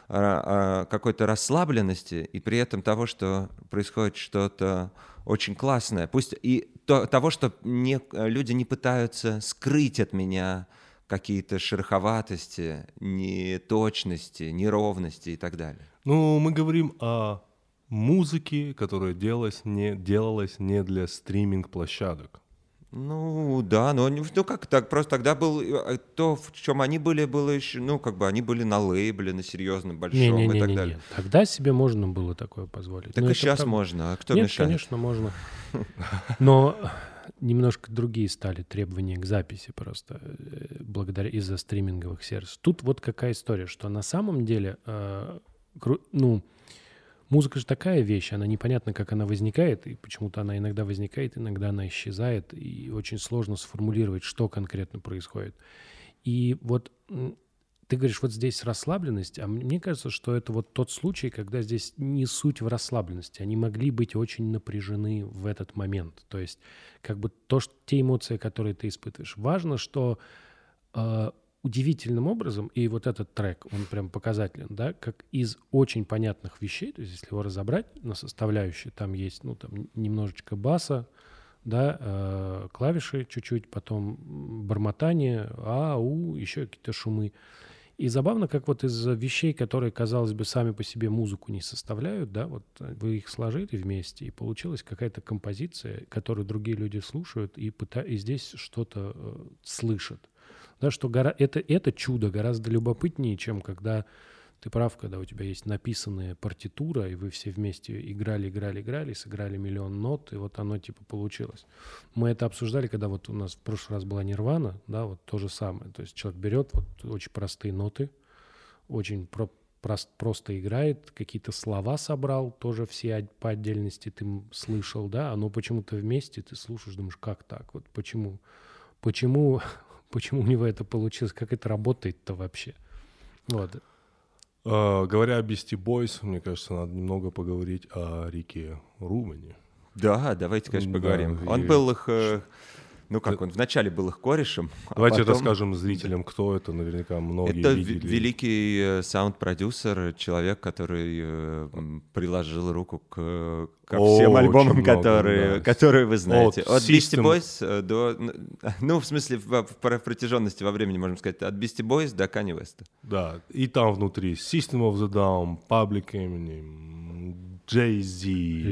какой-то расслабленности и при этом того, что происходит что-то очень классное. Пусть и то, того, что не, люди не пытаются скрыть от меня какие-то шероховатости, неточности, неровности и так далее. Ну, мы говорим о музыке, которая делалась не, делалась не для стриминг-площадок. Ну, да, но ну, как так, просто тогда был то, в чем они были, было еще, ну, как бы они были на лейбле, на серьезном, большом не, не, не, и так не, далее. Не. Тогда себе можно было такое позволить. Так но и сейчас правда. можно, а кто Нет, мешает? конечно, можно. Но немножко другие стали требования к записи просто благодаря из-за стриминговых сервисов. Тут вот какая история, что на самом деле, э, кру, ну, музыка же такая вещь, она непонятно, как она возникает, и почему-то она иногда возникает, иногда она исчезает, и очень сложно сформулировать, что конкретно происходит. И вот ты говоришь, вот здесь расслабленность, а мне кажется, что это вот тот случай, когда здесь не суть в расслабленности. Они могли быть очень напряжены в этот момент. То есть как бы то, что, те эмоции, которые ты испытываешь. Важно, что э, удивительным образом, и вот этот трек, он прям показателен, да, как из очень понятных вещей, то есть если его разобрать на составляющие, там есть, ну, там немножечко баса, да, э, клавиши чуть-чуть, потом бормотание, а, у, еще какие-то шумы. И забавно, как вот из вещей, которые, казалось бы, сами по себе музыку не составляют, да, вот вы их сложили вместе, и получилась какая-то композиция, которую другие люди слушают и, пыта... и здесь что-то э, слышат. Да, что гора... это, это чудо гораздо любопытнее, чем когда ты прав, когда у тебя есть написанная партитура, и вы все вместе играли, играли, играли, сыграли миллион нот, и вот оно типа получилось. Мы это обсуждали, когда вот у нас в прошлый раз была Нирвана, да, вот то же самое. То есть человек берет вот очень простые ноты, очень про- прост, просто играет, какие-то слова собрал, тоже все по отдельности ты слышал, да, оно почему-то вместе, ты слушаешь, думаешь, как так, вот почему, почему, почему у него это получилось, как это работает-то вообще, вот. Uh, говоря о Beastie Boys, мне кажется, надо немного поговорить о Рике Рубине. Да, давайте, конечно, Да, поговорим. и... Он был их, э, ну как, он вначале был их корешем. Давайте а потом... расскажем зрителям, кто это, наверняка многие это видели. Это великий э, саунд-продюсер, человек, который э, приложил руку к, ко О, всем альбомам, много, которые, да. которые вы знаете. От От Beastie System... Boys до... Ну, в смысле, в, в протяженности во времени, можем сказать, от Beastie Boys до Kanye West. Да, и там внутри System of the Down, Public Enemy, Jay-Z,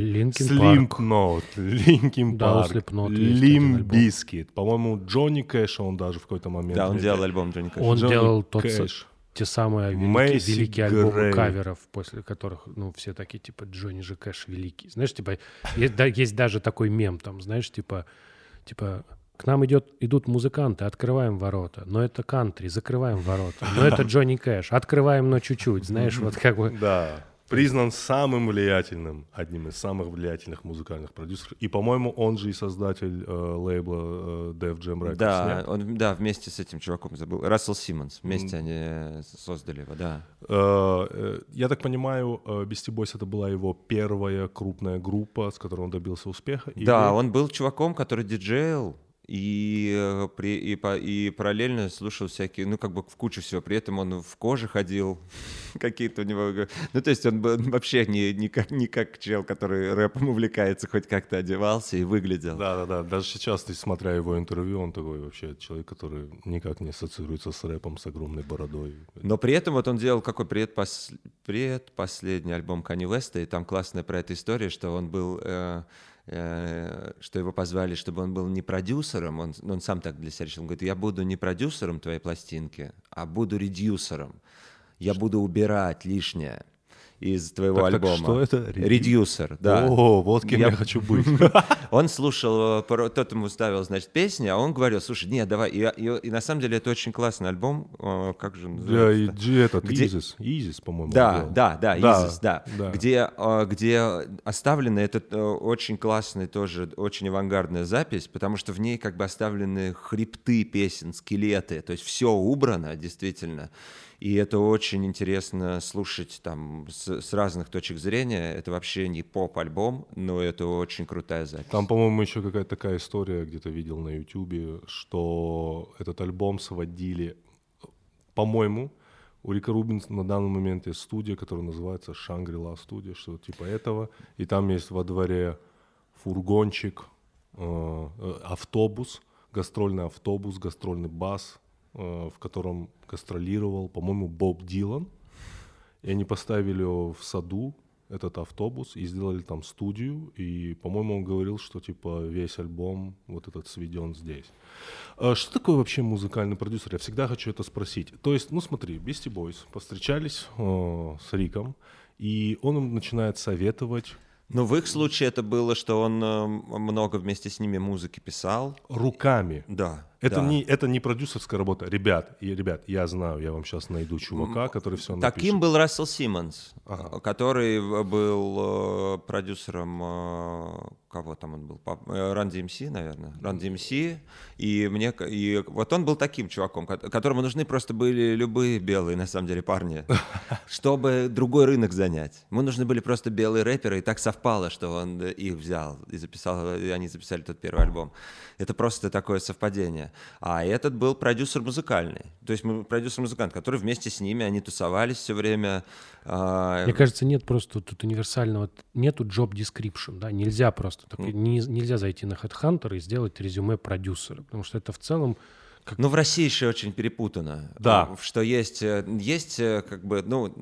Slipknot, Linkin Park, Limp Bizkit. По-моему, Джонни Кэш он даже в какой-то момент... Да, он делал альбом Джонни Кэш. Он Джонни делал тот, Кэш. те самые великие, великие альбомы каверов, после которых, ну, все такие, типа, Джонни же Кэш великий. Знаешь, типа, есть, да, есть даже такой мем там, знаешь, типа, типа... К нам идет, идут музыканты, открываем ворота, но это кантри, закрываем ворота, но это Джонни Кэш, открываем, но чуть-чуть, знаешь, вот как бы... Да. Признан самым влиятельным, одним из самых влиятельных музыкальных продюсеров. И, по-моему, он же и создатель э, лейбла э, Def Jam Records. Да, нет? он, да, вместе с этим чуваком забыл. Рассел Симмонс. Вместе mm. они создали его, да. Э, э, я так понимаю, э, Beastie Boys — это была его первая крупная группа, с которой он добился успеха. Да, или... он был чуваком, который диджейл. И, при, и, по, и параллельно слушал всякие, ну, как бы в кучу всего. При этом он в коже ходил, какие-то у него... Ну, то есть он был вообще не, не, как, не как чел, который рэпом увлекается, хоть как-то одевался и выглядел. Да-да-да, даже сейчас, ты, смотря его интервью, он такой вообще человек, который никак не ассоциируется с рэпом, с огромной бородой. Но при этом вот он делал какой предпос... предпоследний альбом Канье Уэста, и там классная про эту историю, что он был... Э... что его позвали, чтобы он был не продюсером, он, он сам так для себя решил, он говорит, я буду не продюсером твоей пластинки, а буду редюсером, я буду убирать лишнее из твоего так, альбома. Так что это? Редюсер, да. О, вот кем я, я хочу быть. Он слушал, тот ему ставил, значит, песни, а он говорил, слушай, нет, давай. И, и, и на самом деле это очень классный альбом, как же он называется? Да, и этот, где... Изис, Изис, по-моему. Да, да, да, да, Изис, да. да. Где, где оставлена эта очень классная, тоже очень авангардная запись, потому что в ней как бы оставлены хребты песен, скелеты, то есть все убрано, действительно. И это очень интересно слушать там с, с разных точек зрения. Это вообще не поп-альбом, но это очень крутая запись. Там, по-моему, еще какая-то такая история, где-то видел на Ютубе, что этот альбом сводили, по-моему, у Рика Рубинса на данный момент есть студия, которая называется Shangri-La студия, что-то типа этого. И там есть во дворе фургончик, э, автобус, гастрольный автобус, гастрольный бас, в котором гастролировал, по-моему, Боб Дилан. И они поставили его в саду, этот автобус, и сделали там студию. И, по-моему, он говорил, что типа весь альбом вот этот сведен здесь. А что такое вообще музыкальный продюсер? Я всегда хочу это спросить. То есть, ну смотри, Beastie Boys повстречались э, с Риком, и он им начинает советовать. Ну, в их случае это было, что он э, много вместе с ними музыки писал. Руками. Да. Это, да. не, это не продюсерская работа. Ребят, и, ребят, я знаю, я вам сейчас найду чувака, который все напишет. Таким был Рассел Симмонс, ага. который был э, продюсером, э, кого там он был? Run ди эм си, наверное. Run ди эм си. И, мне, и вот он был таким чуваком, которому нужны просто были любые белые, на самом деле, парни, чтобы другой рынок занять. Ему нужны были просто белые рэперы, и так совпало, что он их взял и записал, и они записали тот первый альбом. Это просто такое совпадение. А этот был продюсер музыкальный. То есть продюсер-музыкант, который вместе с ними, они тусовались все время. Мне кажется, нет просто тут универсального, нету job description, да, нельзя просто, так, не, нельзя зайти на HeadHunter и сделать резюме продюсера, потому что это в целом... Как... Ну, в России еще очень перепутано. Да. Что есть, есть как бы, ну,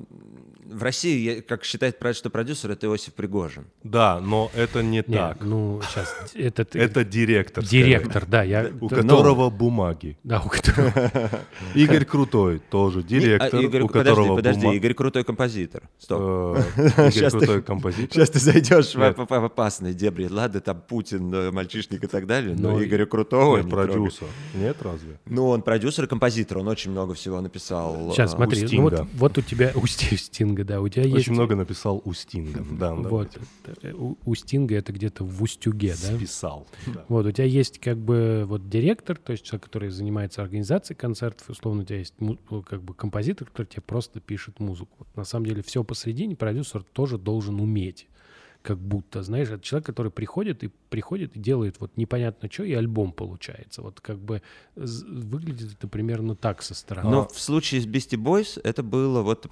в России, как считает, что продюсер — это Иосиф Пригожин. Да, но это не Нет, так. Ну, сейчас... Это, это директор. Директор, да. Я... У которого бумаги. Да, у которого... Игорь Крутой тоже директор, у которого Подожди, подожди, Игорь Крутой композитор. Стоп. Игорь Крутой композитор. Сейчас ты зайдешь в опасные дебри. Ладно, там Путин, мальчишник и так далее, но Игоря Крутого... Нет, продюсер. Нет, разве? Ну, он продюсер и композитор, он очень много всего написал. Сейчас, смотри, ну вот, вот у тебя у Стинга, да, у тебя очень есть... Очень много написал у Стинга, да. Вот, у, у Стинга это где-то в Устюге, да? Списал. Да. Вот, у тебя есть как бы вот директор, то есть человек, который занимается организацией концертов, условно, у тебя есть как бы композитор, который тебе просто пишет музыку. Вот, на самом деле все посередине продюсер тоже должен уметь. Как будто, знаешь, это человек, который приходит и приходит и делает вот непонятно что, и альбом получается. Вот как бы выглядит это примерно так со стороны. Но в случае с Beastie Boys это было вот,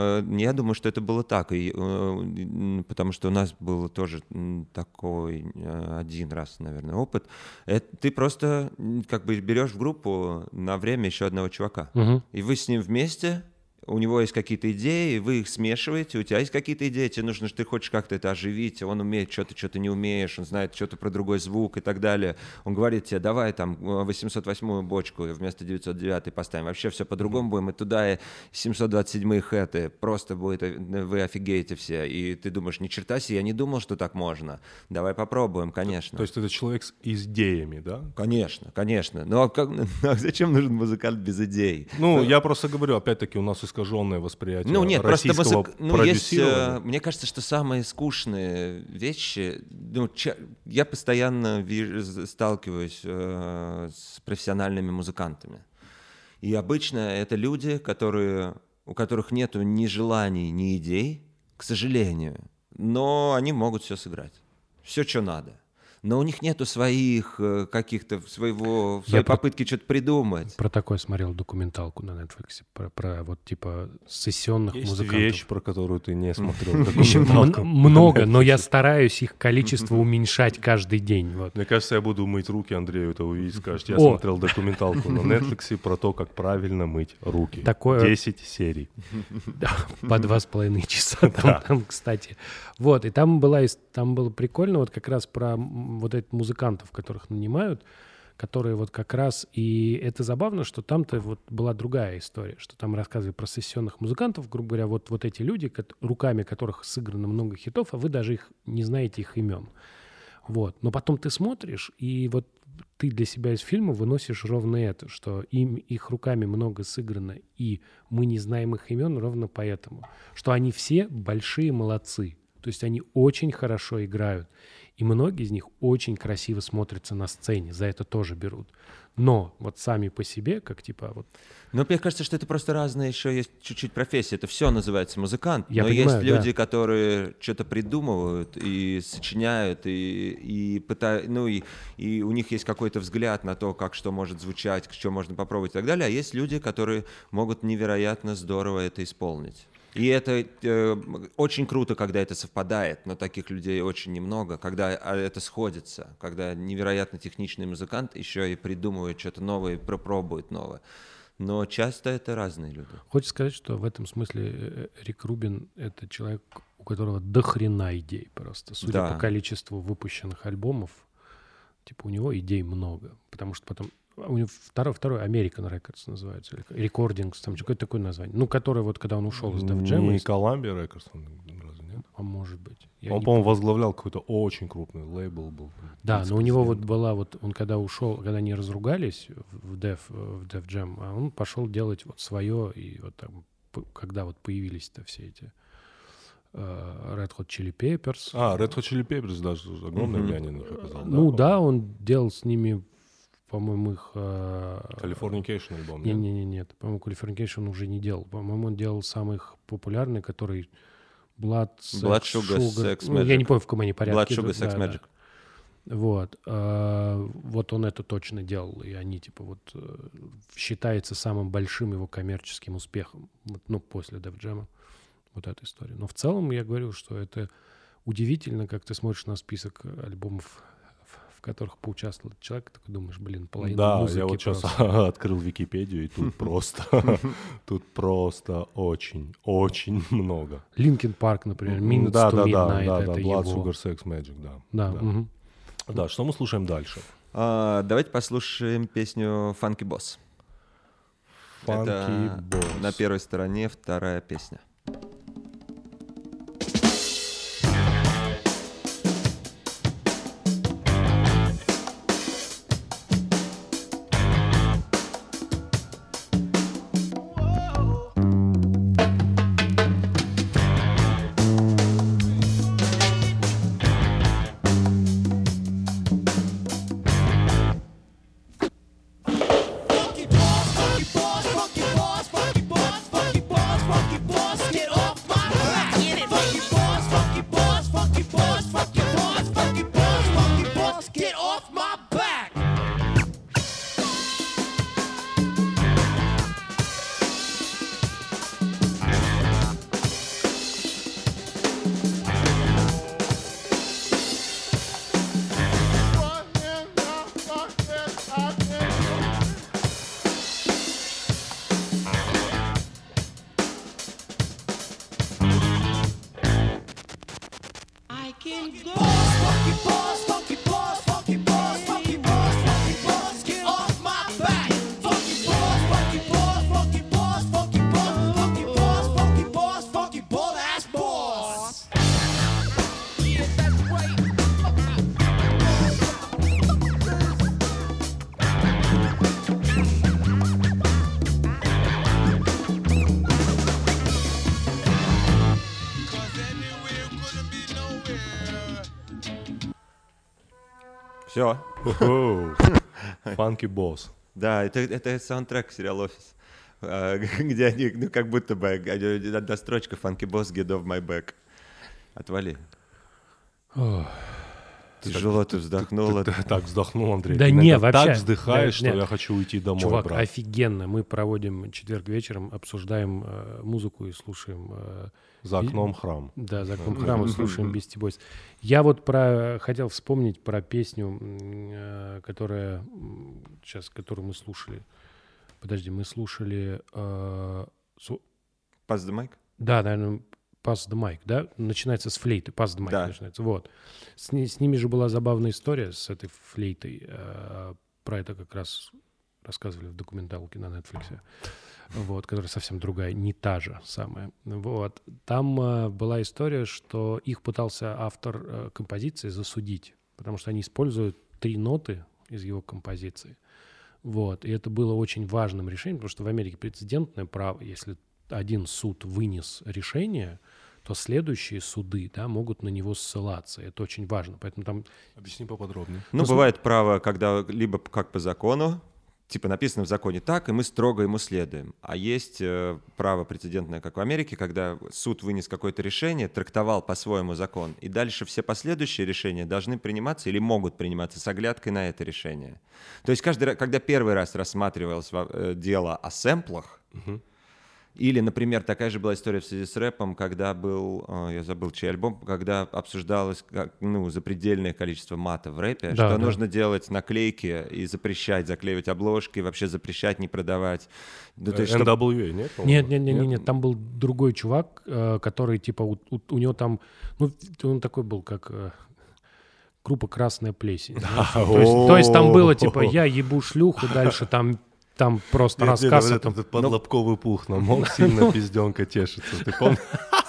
я думаю, что это было так, и, потому что у нас был тоже такой один раз, наверное, опыт. Это ты просто как бы берешь в группу на время еще одного чувака, угу. и вы с ним вместе. У него есть какие-то идеи, вы их смешиваете, у тебя есть какие-то идеи, тебе нужно, ты хочешь как-то это оживить, он умеет что-то, что ты не умеешь, он знает что-то про другой звук и так далее. Он говорит тебе, давай там восемьсот восьмую бочку вместо девятьсот девятой поставим, вообще все по-другому будем, и туда и семьсот двадцать седьмые хэты, просто будет, вы офигеете все, и ты думаешь, ни черта себе, я не думал, что так можно, давай попробуем, конечно. То, то есть это человек с идеями, да? Конечно, конечно, но как, ну, зачем нужен музыкант без идей? Ну, я просто говорю, опять-таки, у нас из искаженное восприятие Ну нет, просто российского музык... ну, есть, продюсирования. э, мне кажется, что самые скучные вещи, ну, ча... я постоянно вижу, сталкиваюсь э, с профессиональными музыкантами. И обычно это люди, которые, у которых нету ни желаний, ни идей, к сожалению, но они могут все сыграть, все, что надо. Но у них нету своих э, каких-то, своего, своей Я про- попытки что-то придумать. Про такое смотрел документалку на Netflix, про, про вот типа сессионных Есть музыкантов. вещь, про которую ты не смотрел. Еще документалку. м- много, но я стараюсь их количество уменьшать каждый день. Вот. Мне кажется, я буду мыть руки, Андрею это увидеть, скажет. Я О. смотрел документалку на Netflix про то, как правильно мыть руки. Такое- десять серий. Да, по два с половиной часа там, там, кстати. Вот, и там, была, ис- там было прикольно вот как раз про м, вот этих музыкантов, которых нанимают, которые вот как раз... И это забавно, что там-то вот была другая история, что там рассказывали про сессионных музыкантов, грубо говоря, вот, вот эти люди, кот- руками которых сыграно много хитов, а вы даже их не знаете их имен. Вот. Но потом ты смотришь, и вот ты для себя из фильма выносишь ровно это, что им, их руками много сыграно, и мы не знаем их имен ровно поэтому, что они все большие молодцы. То есть они очень хорошо играют, и многие из них очень красиво смотрятся на сцене, за это тоже берут. Но вот сами по себе, как типа вот... Но мне кажется, что это просто разные еще есть чуть-чуть профессии. Это все называется музыкант. Я но понимаю, есть люди, да. которые что-то придумывают и сочиняют, и, и пытают, ну и, и у них есть какой-то взгляд на то, как что может звучать, что можно попробовать и так далее. А есть люди, которые могут невероятно здорово это исполнить. И это э, очень круто, когда это совпадает, но таких людей очень немного, когда а, это сходится, когда невероятно техничный музыкант еще и придумывает что-то новое, и пропробует новое. Но часто это разные люди. Хочется сказать, что в этом смысле э, Рик Рубин — это человек, у которого до хрена идей просто. Судя Да. по количеству выпущенных альбомов, типа у него идей много. Потому что потом... У него второй, второй American Records называется, или Recordings, там какое-то такое название. Ну, который вот, когда он ушел из Def Jam, Не из- Columbia Records, он разве нет? а может быть. Я Он, не по-моему, возглавлял какой-то очень крупный лейбл был. Да, но у него вот была вот, он когда ушел, когда они разругались в Def, в Def Jam, а он пошел делать вот свое, и вот там, п- когда вот появились-то все эти э, Red Hot Chili Peppers. А, Red Hot Chili Peppers даже огромное Мгм. влияние на них оказал. Ну да, он делал с ними, по-моему, их... э, Californication альбом. Не, нет? не, не, нет. По-моему, Californication он уже не делал. По-моему, он делал самых популярный, который Blood, Sex, Blood, Sugar, Sex, Ну, я не Magic. помню, в каком они порядке. Blood, Sugar, идут. Sex, Да, да. Magic. Вот. А, вот он это точно делал. И они, типа, вот э, считается самым большим его коммерческим успехом. Вот, ну, после Def Jam. Вот эта история. Но в целом я говорю, что это удивительно, как ты смотришь на список альбомов, в- в которых поучаствовал этот человек, такой думаешь, блин, половина Да, музыки я вот сейчас просто. открыл Википедию, и тут просто, тут просто очень, очень много. Линкин Парк, например, М, Minutes Да, to да, да, Midnight, да, это да, его. Blood, Sugar, Sex, Magic, да. Да, Да. мгм. Да, что мы слушаем дальше? А, давайте послушаем песню «Funky Boss». Funky Это Boss. на первой стороне вторая песня. Funky boss, funky boss, funky boss, funky boss, funky boss, Все. Funky Boss. Да, это, это саундтрек сериал «Офис», где они, ну, как будто бы, одна строчка «Funky Boss, get off my back». Отвали. Тяжело ты вздохнула. Ты, ты, ты так вздохнул, Андрей. Да ты не, вообще. так вздыхаешь, да, что нет. я хочу уйти домой, Чувак, брат. офигенно. Мы проводим четверг вечером, обсуждаем э, музыку и слушаем... Э, За окном и, храм. Да, за окном храм и слушаем Beastie Boys. Я вот про, хотел вспомнить про песню, э, которая... Сейчас, которую мы слушали. Подожди, мы слушали... Э, су... Pass the mic? Да, наверное... Pass the mic, да? Начинается с флейты. Pass the mic да. начинается. Вот. С, с ними же была забавная история с этой флейтой. Э, про это как раз рассказывали в документалке на Netflix. Вот, которая совсем другая, не та же самая. Вот. Там э, была история, что их пытался автор э, композиции засудить, потому что они используют три ноты из его композиции. Вот. И это было очень важным решением, потому что в Америке прецедентное право, если один суд вынес решение, то следующие суды, да, могут на него ссылаться. Это очень важно. Поэтому там... Объясни поподробнее. Ну, Просто... бывает право, когда либо как по закону, типа написано в законе так, и мы строго ему следуем. А есть э, право прецедентное, как в Америке, когда суд вынес какое-то решение, трактовал по-своему закон, и дальше все последующие решения должны приниматься или могут приниматься с оглядкой на это решение. То есть каждый раз, когда первый раз рассматривалось э, дело о сэмплах, угу. Или, например, такая же была история в связи с рэпом, когда был, я забыл, чей альбом, когда обсуждалось как, ну, запредельное количество мата в рэпе, да, что да. нужно делать наклейки и запрещать, заклеивать обложки, вообще запрещать, не продавать. Ну, то есть, эн чтоб... дабл ю эй, нет? Нет, нет, нет, нет, нет, там был другой чувак, который, типа, у, у, у него там, ну, он такой был, как... группа «Красная плесень». Да. То есть, то есть там было, типа, я ебу шлюху, дальше там... Там просто нет, рассказ... Нет, этом... этот подлобковый пух намок, сильно пизденка тешится. Ты помнишь?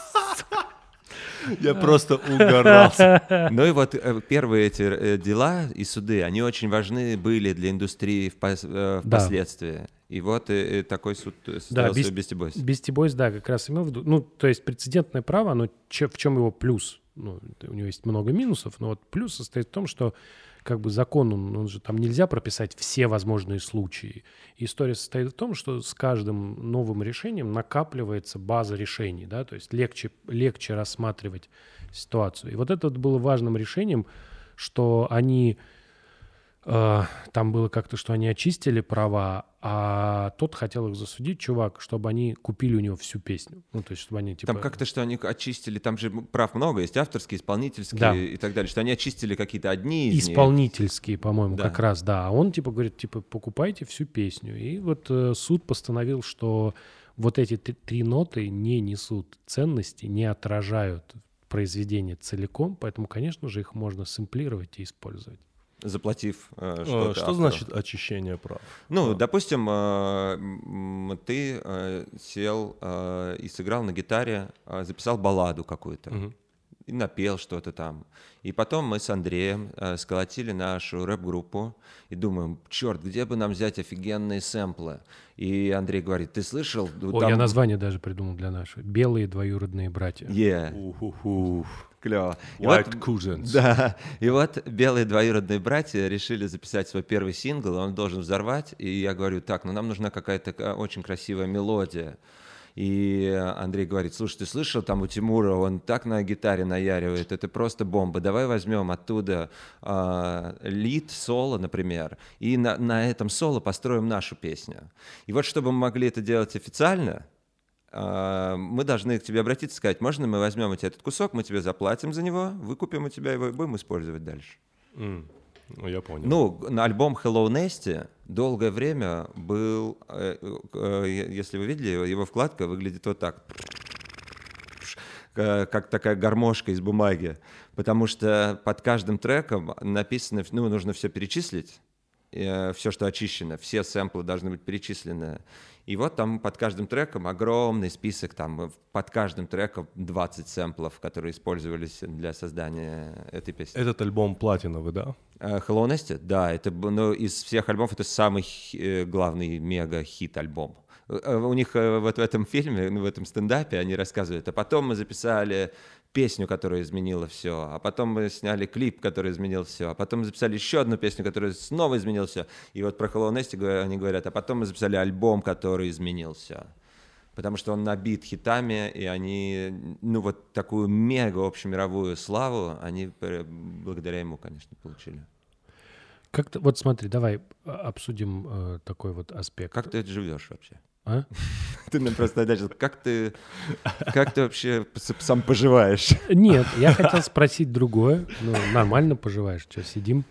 Я просто угорался. Ну и вот первые эти дела и суды, они очень важны были для индустрии впоследствии. И вот и такой суд состоялся в Beastie Boys. Beastie Boys, да, как раз имел в виду. Ну, то есть прецедентное право, оно, в чем его плюс? Ну, у него есть много минусов, но вот плюс состоит в том, что как бы закон, он, он же там нельзя прописать все возможные случаи. И история состоит в том, что с каждым новым решением накапливается база решений, да, то есть легче, легче рассматривать ситуацию. И вот это было важным решением, что они, э, там было как-то, что они очистили права, а тот хотел их засудить, чувак, чтобы они купили у него всю песню. Ну, то есть, чтобы они, типа... Там как-то, что они очистили, там же прав много, есть авторские, исполнительские, да, и так далее, что они очистили какие-то одни из Исполнительские, них. По-моему, да. как раз, да. А он, типа, говорит, типа, покупайте всю песню. И вот э, суд постановил, что вот эти т- три ноты не несут ценности, не отражают произведение целиком, поэтому, конечно же, их можно сэмплировать и использовать. Заплатив э, что-то Что автору. Значит очищение прав? Ну, а. допустим, э, ты э, сел э, и сыграл на гитаре, э, записал балладу какую-то, угу. и напел что-то там. И потом мы с Андреем э, сколотили нашу рэп-группу и думаем, черт, где бы нам взять офигенные сэмплы? И Андрей говорит, ты слышал? О, там... я название даже придумал для нашего. «Белые двоюродные братья». Yeah. У-ху-ху. Клево. White вот, Cousins. Да, и вот белые двоюродные братья решили записать свой первый сингл, он должен взорвать, и я говорю, так, ну нам нужна какая-то очень красивая мелодия. И Андрей говорит, слушай, ты слышал, там у Тимура, он так на гитаре наяривает, это просто бомба, давай возьмем оттуда э, лид, соло, например, и на, на этом соло построим нашу песню. И вот чтобы мы могли это делать официально, мы должны к тебе обратиться и сказать, можно мы возьмем у тебя этот кусок, мы тебе заплатим за него, выкупим у тебя его и будем использовать дальше. Mm. Ну, я понял. Ну, на альбом Hello Nasty долгое время был, э, э, если вы видели, его вкладка выглядит вот так, как такая гармошка из бумаги, потому что под каждым треком написано, ну, нужно все перечислить, э, все, что очищено, все сэмплы должны быть перечислены. И вот там под каждым треком огромный список, там под каждым треком двадцать сэмплов, которые использовались для создания этой песни. Этот альбом платиновый, да? Hello Nasty? Да, это, ну, из всех альбомов это самый главный мега-хит альбом. У них вот в этом фильме, в этом стендапе они рассказывают, а потом мы записали песню, которая изменила все, а потом мы сняли клип, который изменил все, а потом мы записали еще одну песню, которая снова изменила все. И вот про Hello Nasty они говорят, а потом мы записали альбом, который изменил все. Потому что он набит хитами, и они, ну вот такую мега общемировую славу, они благодаря ему, конечно, получили. Как-то, вот смотри, давай обсудим э, такой вот аспект. Как ты это живешь вообще? А? Ты нам просто начал, как ты, как ты вообще сам поживаешь? Нет, я хотел спросить другое. Ну, нормально поживаешь, что, сидим.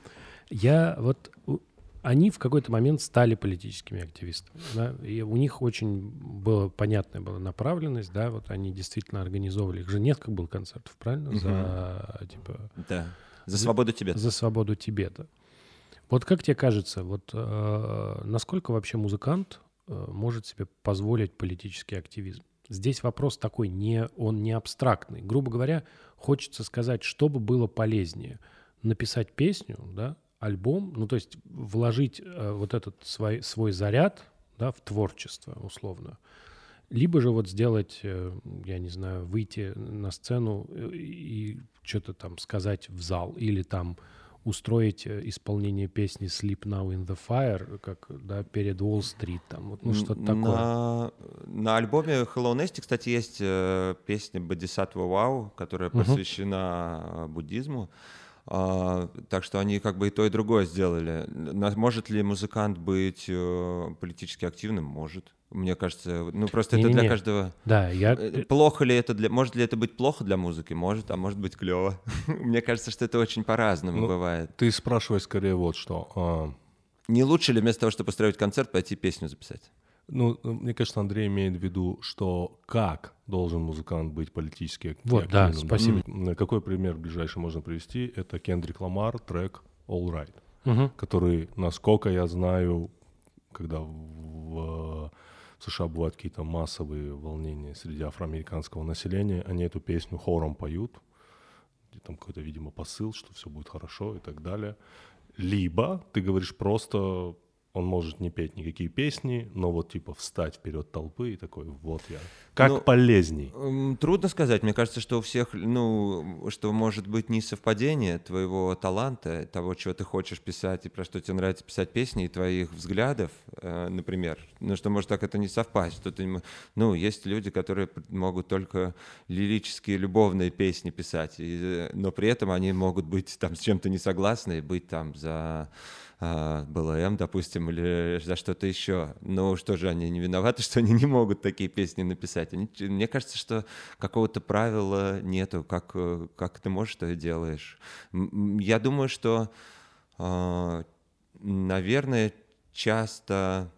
Я вот... Они в какой-то момент стали политическими активистами. Да? И у них очень была понятная была направленность, да, вот они действительно организовывали. Их же несколько было концертов, правильно? Угу. За, типа, да. За свободу Тибета. За свободу Тибета. Вот как тебе кажется, вот э, насколько вообще музыкант э, может себе позволить политический активизм? Здесь вопрос такой, не, он не абстрактный. Грубо говоря, хочется сказать, что бы было полезнее. Написать песню, да, альбом, ну то есть вложить э, вот этот свой, свой заряд, да, в творчество условно. Либо же вот сделать, э, я не знаю, выйти на сцену и, и что-то там сказать в зал, или там устроить исполнение песни «Sleep Now in the Fire», как, да, перед Уолл-стрит, там, вот, ну, что-то такое. На, на альбоме Hello Nasty, кстати, есть э, песня «Бодисаттва Вау», которая Uh-huh. посвящена буддизму. Uh, так что они как бы и то, и другое сделали. Может ли музыкант быть э, политически активным? Может. Мне кажется, ну просто Не-не-не. это для каждого... Да, я... Плохо ли это для... Может ли это быть плохо для музыки? Может, а может быть клево. Мне кажется, что это очень по-разному Ну, бывает. Ты спрашивай скорее вот что. а, Не лучше ли вместо того, чтобы устраивать концерт, пойти песню записать? Ну, мне кажется, Андрей имеет в виду, что как должен музыкант быть политически активным. Вот, да, спасибо. М, Какой пример ближайший можно привести? Это Кендрик Ламар, трек «All Right», Мгм. который, насколько я знаю, когда в, в США бывают какие-то массовые волнения среди афроамериканского населения, они эту песню хором поют, где там какой-то, видимо, посыл, что все будет хорошо и так далее. Либо ты говоришь просто... Он может не петь никакие песни, но вот типа встать вперед толпы и такой, вот я. Как Ну, полезней? М, Трудно сказать. Мне кажется, что у всех, ну, что может быть не совпадение твоего таланта, того, чего ты хочешь писать и про что тебе нравится писать песни, и твоих взглядов, э, например. Ну, что может так это не совпасть. Что ты, м- ну, есть люди, которые п- могут только лирические, любовные песни писать, и, э, но при этом они могут быть там с чем-то не согласны, быть там за... БЛМ, допустим, или за что-то еще. Но что же, они не виноваты, что они не могут такие песни написать? Они, мне кажется, что какого-то правила нету, как, как ты можешь, что и делаешь. М, Я думаю, что, э, наверное, часто,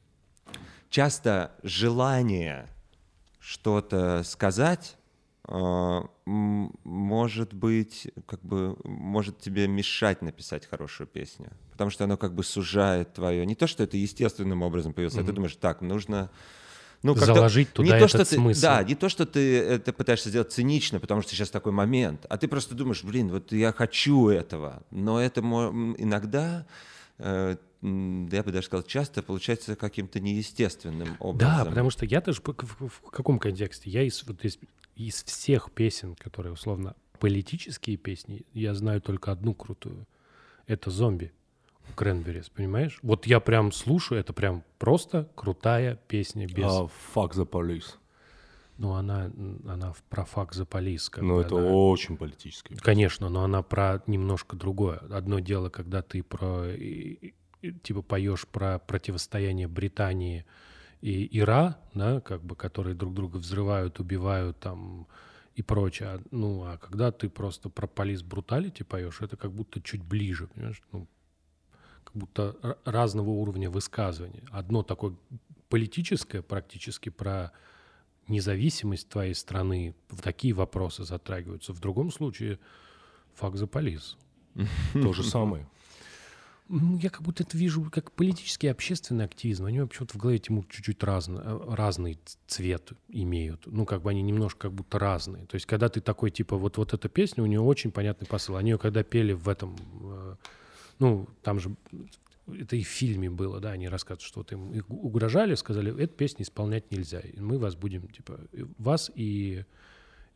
часто желание что-то сказать э, м, может быть, как бы, может тебе мешать написать хорошую песню, потому что оно как бы сужает твое. Не то, что это естественным образом появилось, а ты думаешь, так, нужно... Ну, как-то Заложить туда не то, этот что ты, смысл. Да, не то, что ты это пытаешься сделать цинично, потому что сейчас такой момент, а ты просто думаешь, блин, вот я хочу этого, но это мо- м, иногда, э, м, я бы даже сказал, часто получается каким-то неестественным образом. Да, потому что я тоже в, в- в каком контексте? Я из, вот из, из всех песен, которые условно политические песни, я знаю только одну крутую. Это «Зомби» у Кренберис, понимаешь? Вот я прям слушаю, это прям просто крутая песня без... А, fuck the police. Ну, она, она в- про «Fuck the police». как Ну, бы это она- очень политическое. Конечно, но она про немножко другое. Одно дело, когда ты про и- и- типа поешь про противостояние Британии и Ира, да, как бы, которые друг друга взрывают, убивают там и прочее. А, Ну, а когда ты просто про полис бруталити поешь, это как будто чуть ближе, понимаешь? Ну, как будто р- разного уровня высказывания. Одно такое политическое, практически про независимость твоей страны, в такие вопросы затрагиваются. В другом случае «Fuck the police». То же самое. Ну, я как будто это вижу как политический и общественный активизм. Они почему-то в голове Тимур чуть-чуть разно, э, разный ц- цвет имеют. Ну, как бы они немножко как будто разные. То есть, когда ты такой, типа, вот, вот эта песня, у нее очень понятный посыл. Они ее когда пели в этом... э, ну, там же... Это и в фильме было, да, они рассказывают, что вот им их угрожали, сказали, эту песню исполнять нельзя. И мы вас будем, типа, и вас и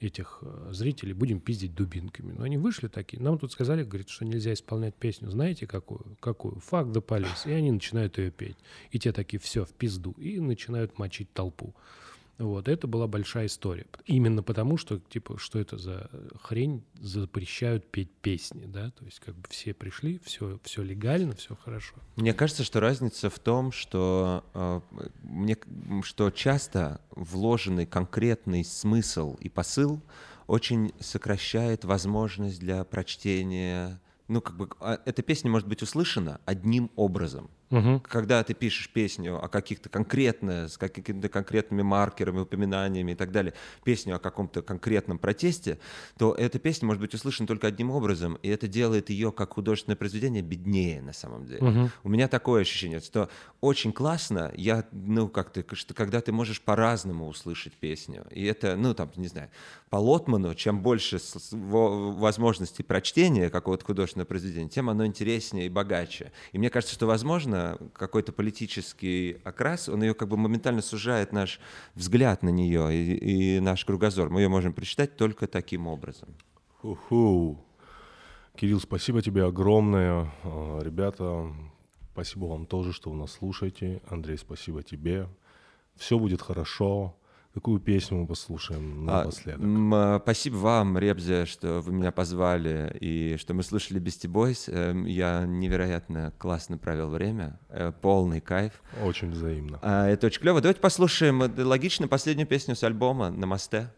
этих э, зрителей, будем пиздить дубинками. Но они вышли такие, нам тут сказали, говорит, что нельзя исполнять песню, знаете какую? Какую? Fuck the police. И они начинают ее петь. И те такие, все, в пизду. И начинают мочить толпу. Вот, это была большая история. Именно потому, что, типа, что это за хрень, запрещают петь песни, да, то есть как бы все пришли, все, все легально, все хорошо. Мне кажется, что разница в том, что, э, мне, что часто вложенный конкретный смысл и посыл очень сокращает возможность для прочтения. Ну, как бы, эта песня может быть услышана одним образом. Угу. Когда ты пишешь песню о каких-то конкретно, с какими-то конкретными маркерами, упоминаниями и так далее, песню о каком-то конкретном протесте, то эта песня может быть услышана только одним образом, и это делает ее как художественное произведение беднее на самом деле. Угу. У меня такое ощущение, что очень классно, я, ну, как-то, что когда ты можешь по-разному услышать песню, и это, ну, там, не знаю, по Лотману, чем больше возможностей прочтения какого-то художественного произведения, тем оно интереснее и богаче. И мне кажется, что, возможно, какой-то политический окрас, он ее как бы моментально сужает наш взгляд на нее и, и наш кругозор. Мы ее можем прочитать только таким образом. Уху. Кирилл, спасибо тебе огромное. Ребята, спасибо вам тоже, что вы нас слушаете. Андрей, спасибо тебе. Все будет хорошо. Какую песню мы послушаем напоследок? А, спасибо вам, Ребзе, что вы меня позвали и что мы слушали Beastie Boys. Я невероятно классно провел время, полный кайф. Очень взаимно. Это очень клево. Давайте послушаем логично последнюю песню с альбома «Намасте».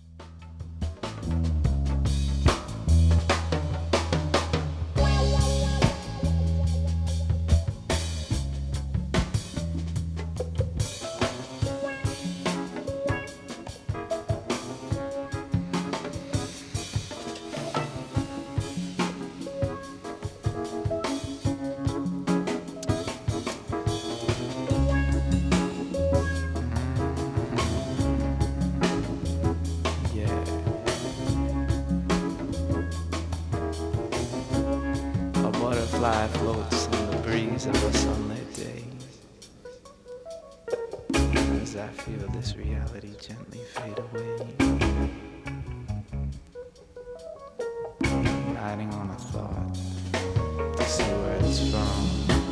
Butterfly floats in the breeze of a sunlit day. As I feel this reality gently fade away, riding on a thought to see where it's from,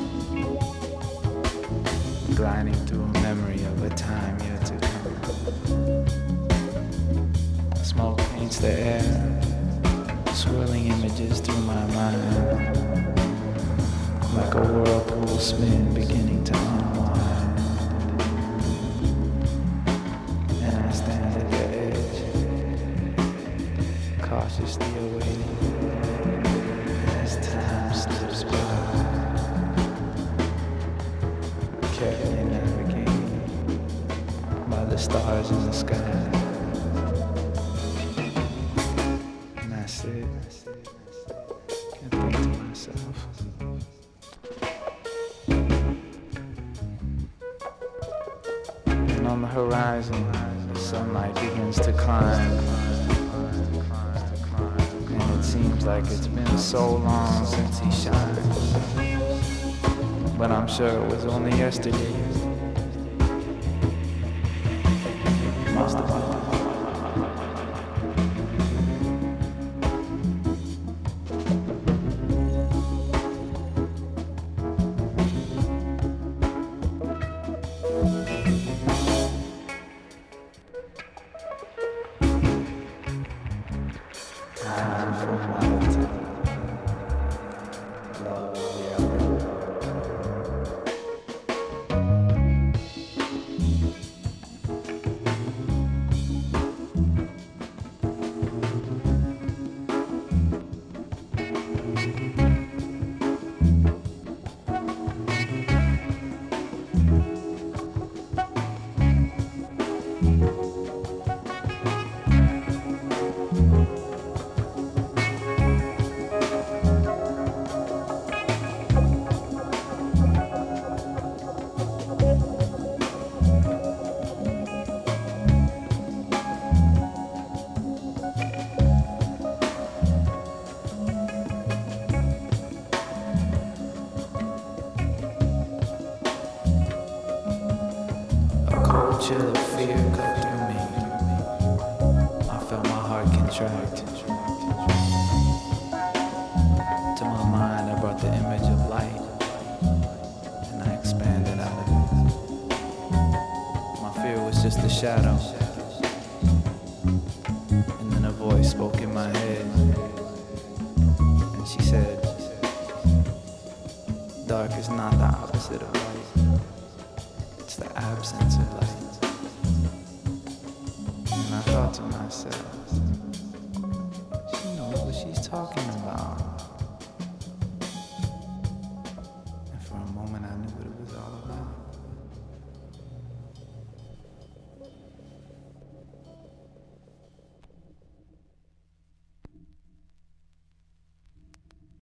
gliding through a memory of a time yet to come. Smoke paints the air, swirling images through my mind, like a whirlpool spin beginning to unwind. And I stand at the edge, cautiously awaiting as time slips by, carefully navigating by the stars in the sky. And I sit and think to myself, on the horizon, the sunlight begins to climb, and it seems like it's been so long since he shined, but I'm sure it was only yesterday. Must have been. Chill of fear cut through me. I felt my interact. To my mind, I brought the image of light, and I expanded out of it. My fear was just a shadow, and then a voice spoke in my head, and she said, dark is not the opposite of light, it's the absence of light. And I thought to myself, she knows what she's talking about.